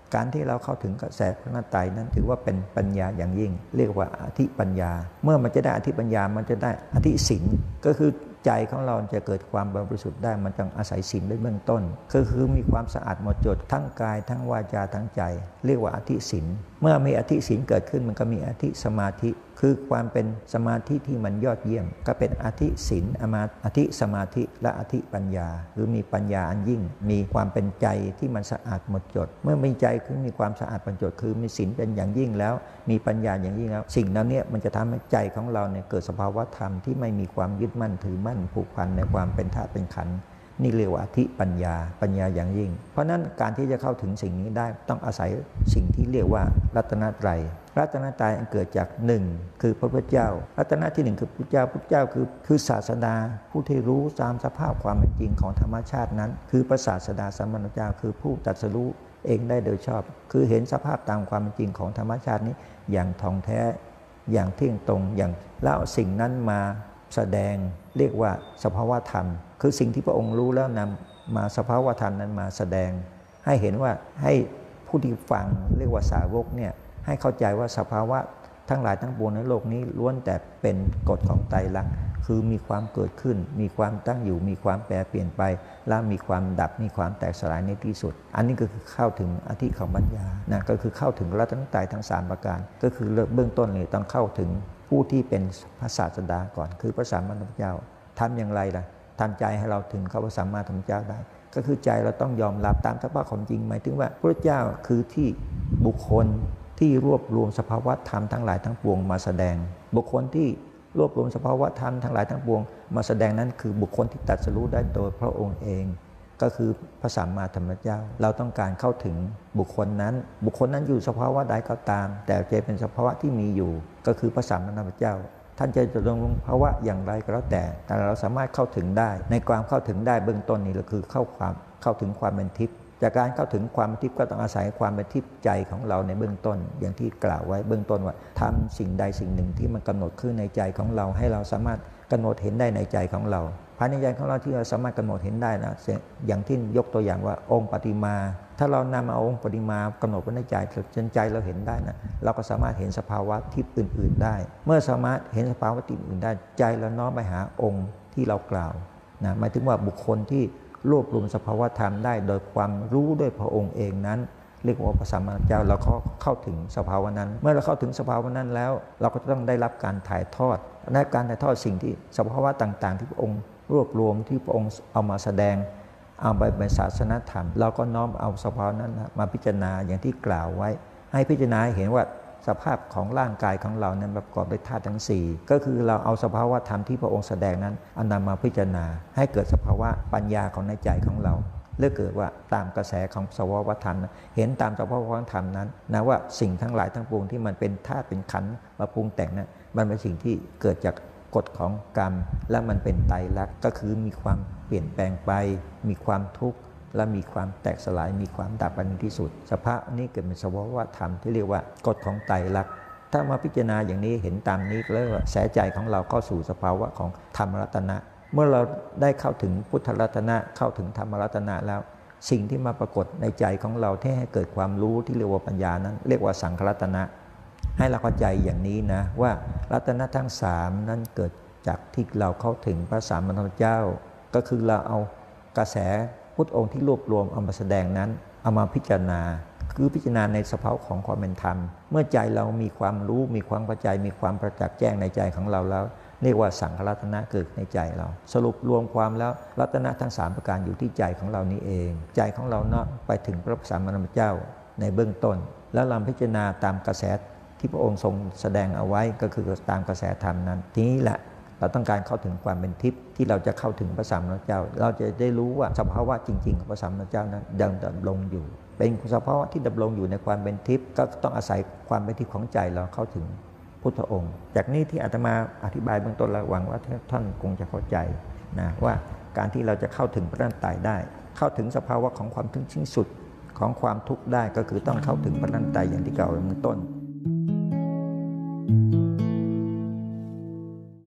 การที่เราเข้าถึงกระแสพระนัตไตรนั้นถือว่าเป็นปัญญาอย่างยิ่งเรียกว่าอธิปัญญาเมื่อมันจะได้อธิปัญญามันจะได้อธิศีลก็คือใจของเราจะเกิดความบริสุทธิ์ได้มันต้องอาศัยศีลเป็นเบื้องต้นก็คือมีความสะอาดหมดจดทั้งกายทั้งวาจาทั้งใจเรียกว่าอธิศีลเมื่อมีอธิศีลเกิดขึ้นมันก็มีอธิสมาธิคือความเป็นสมาธิที่มันยอดเยี่ยมก็เป็นอธิศีลอธิสมาธิและอธิปัญญาหรือมีปัญญาอันยิ่งมีความเป็นใจที่มันสะอาดหมดจดเมื่อมีใจคือมีความสะอาดหมดจดคือมีศีลเป็นอย่างยิ่งแล้วมีปัญญาอย่างยิ่งแล้วสิ่งนั้นเนี่ยมันจะทำให้ใจของเราเนี่ยเกิดสภาวะธรรมที่ไม่มีความยึดมั่นถือมั่นผูกพันในความเป็นธาตุเป็นขันธ์นี่เรียกว่าอธิปัญญาปัญญาอย่างยิ่งเพราะนั้นการที่จะเข้าถึงสิ่งนี้ได้ต้องอาศัยสิ่งที่เรียกว่ารัตนตรัยรัตนตรัยเกิดจากหนึ่งคือพระพุทธเจ้ารัตนะที่หนึ่งคือพระพุทธเจ้าพระพุทธเจ้าคือคือศาสดาผู้ที่รู้ตามสภาพความเป็นจริงของธรรมชาตินั้นคือพระศาสดาสัมมาสัมพุทธเจ้าคือผู้ตรัสรู้เองได้โดยชอบคือเห็นสภาพตามความเป็นจริงของธรรมชาตินี้อย่างท่องแท้อย่างเที่ยงตรงอย่างแล้วสิ่งนั้นมาแสดงเรียกว่าสภาวะธรรมคือสิ่งที่พระองค์รู้แล้วนำมาสภาวะธรรมนั้นมาแสดงให้เห็นว่าให้ผู้ที่ฟังเรียกว่าสาวกเนี่ยให้เข้าใจว่าสภาวะทั้งหลายทั้งปวงในโลกนี้ล้วนแต่เป็นกฎของไตรลักษณ์คือมีความเกิดขึ้นมีความตั้งอยู่มีความแปรเปลี่ยนไปและมีความดับมีความแตกสลายในที่สุดอันนี้ก็คือเข้าถึงอธิของปัญญานะก็คือเข้าถึงรัตนตรัยทั้งสามประการก็คือเบื้องต้นเลยต้องเข้าถึงผู้ที่เป็นพระศาสดาก่อนคือพระสัมมาสัมพุทธเจ้าทำอย่างไรล่ะทำใจให้เราถึงเข้าพระสัมมาสัมพุทธเจ้าได้ก็คือใจเราต้องยอมรับตามสภาพความจริงหมายถึงว่าพระเจ้าคือที่บุคคลที่รวบรวมสภาวะธรรมทั้งหลายทั้งปวงมาแสดงบุคคลที่รวบรวมสภาวะธรรมทั้งหลายทั้งปวงมาแสดงนั้นคือบุคคลที่ตรัสรู้ได้โดยพระองค์เองก็คือพระสัมมาสัมพุทธเจ้าเราต้องการเข้าถึงบุคคลนั้นบุคคลนั้นอยู่สภาวะใดก็ตามแต่จะเป็นสภาวะที่มีอยู่ก็คือพระสัมมาสัมพุทธเจ้าท่านจะจะลงภาวะอย่างไรก็แล้วแต่แต่เราสามารถเข้าถึงได้ในความเข้าถึงได้เบื้องต้นนี้ก็คือเข้าความเข้าถึงความเป็นทิพย์จากการเข้าถึงความเป็นทิพย์ก็ต้องอาศัยความเป็นทิพย์ใจของเราในเบื้องต้นอย่างที่กล่าวไว้เบื้องต้นว่าทำสิ่งใดสิ่งหนึ่งที่มันกำหนดขึ้นในใจของเราให้เราสามารถกำหนดเห็นได้ในใจของเราภายในใจของเราที่เราสามารถกำหนดเห็นได้นะอย่างที่ยกตัวอย่างว่าองค์ปฏิมาถ้าเรานำเอาองค์ปฏิมากำหนดไว้ในใจจนใจเราเห็นได้นะเราก็สามารถเห็นสภาวะทิพย์อื่นๆได้เมื่อสามารถเห็นสภาวะทิพย์อื่นได้ใจเราน้อมไปหาองค์ที่เรากล่าวนะหมายถึงว่าบุคคลที่รวบรวมสภาวะธรรมได้โดยความรู้ด้วยพระองค์เองนั้นเรียกว่าพระสัมมาสัมพุทธเจ้าเราเข้าถึงสภาวะนั้นเมื่อเราเข้าถึงสภาวะนั้นแล้วเราก็ต้องได้รับการถ่ายทอดและการถ่ายทอดสิ่งที่สภาวะต่างๆที่พระองค์รวบรวมที่พระองค์เอามาแสดงเอาไปเป็นศาสนธรรมเราก็น้อมเอาสภาวะนั้นมาพิจารณาอย่างที่กล่าวไว้ให้พิจารณาเห็นว่าสภาพของร่างกายของเรานั้นประกอบด้วยธาตุทั้งสี่ก็คือเราเอาสภาวะธรรมที่พระองค์แสดงนั้นเอานำมาพิจารณาให้เกิดสภาวะปัญญาของในใจของเราเลือกเกิดว่าตามกระแสของสภาวะธรรมเห็นตามสภาวะธรรมนั้นนะว่าสิ่งทั้งหลายทั้งปวงที่มันเป็นธาตุเป็นขันธ์มาปรุงแต่งนั้นมันเป็นสิ่งที่เกิดจากกฎของกรรมและมันเป็นไตรลักษณ์ก็คือมีความเปลี่ยนแปลงไปมีความทุกข์และมีความแตกสลายมีความดับไปในที่สุดสภาพนี้เกิดเป็นสภาวะธรรมที่เรียกว่ากฎของไตรลักษณ์ถ้ามาพิจารณาอย่างนี้เห็นตามนี้แล้วแสใจของเราเข้าสู่สภาวะของธรรมรัตนะเมื่อเราได้เข้าถึงพุทธรัตนะเข้าถึงธรรมรัตนะแล้วสิ่งที่มาปรากฏในใจของเราที่ให้เกิดความรู้ที่เรียกว่าปัญญานั้นเรียกว่าสังขรัตนะให้เราเข้าใจอย่างนี้นะว่ารัตนะทั้งสามนั้นเกิดจากที่เราเข้าถึงพระสัมมาสัมพุทธเจ้าก็คือเราเอากระแสพุทธองค์ที่รวบรวมเอามาแสดงนั้นเอามาพิจารณาคือพิจารณาในสภาวะของความเป็นธรรมเมื่อใจเรามีความรู้มีความเข้าใจมีความประจักษ์แจ้งในใจของเราแล้วเรียกว่าสังขรัตนะเกิดในใจเราสรุปรวมความแล้วรัตนะทั้งสามประการอยู่ที่ใจของเรานี้เองใจของเราเนาะไปถึงพระสัมมาสัมพุทธเจ้าในเบื้องต้นแล้วเราพิจารณาตามกระแสที่พระองค์ทรงแสดงเอาไว้ก็คือตามกระแสธรรมนั้นทีนี้แหละเราต้องการเข้าถึงความเป็นทิพย์ที่เราจะเข้าถึงพระสัมมาสัมพุทธเจ้าเราจะได้รู้ว่าสภาวะจริงๆของพระสัมมาสัมพุทธเจ้านั้นยังดำรงอยู่เป็นสภาวะที่ดำรงอยู่ในความเป็นทิพย์ก็ต้องอาศัยความเป็นทิพย์ของใจเราเข้าถึงพุทธองค์จากนี้ที่อาตมาอธิบายเบื้องต้นแล้วหวังว่าท่านคงจะเข้าใจนะว่าการที่เราจะเข้าถึงพระนัตไตรได้ เข้าถึงสภาวะของความถึงสิ้นสุดของความทุกข์ได้ก็คือต้องเข้าถึงพระนัตไตรอย่างที่กล่าวไว้เบื้องต้น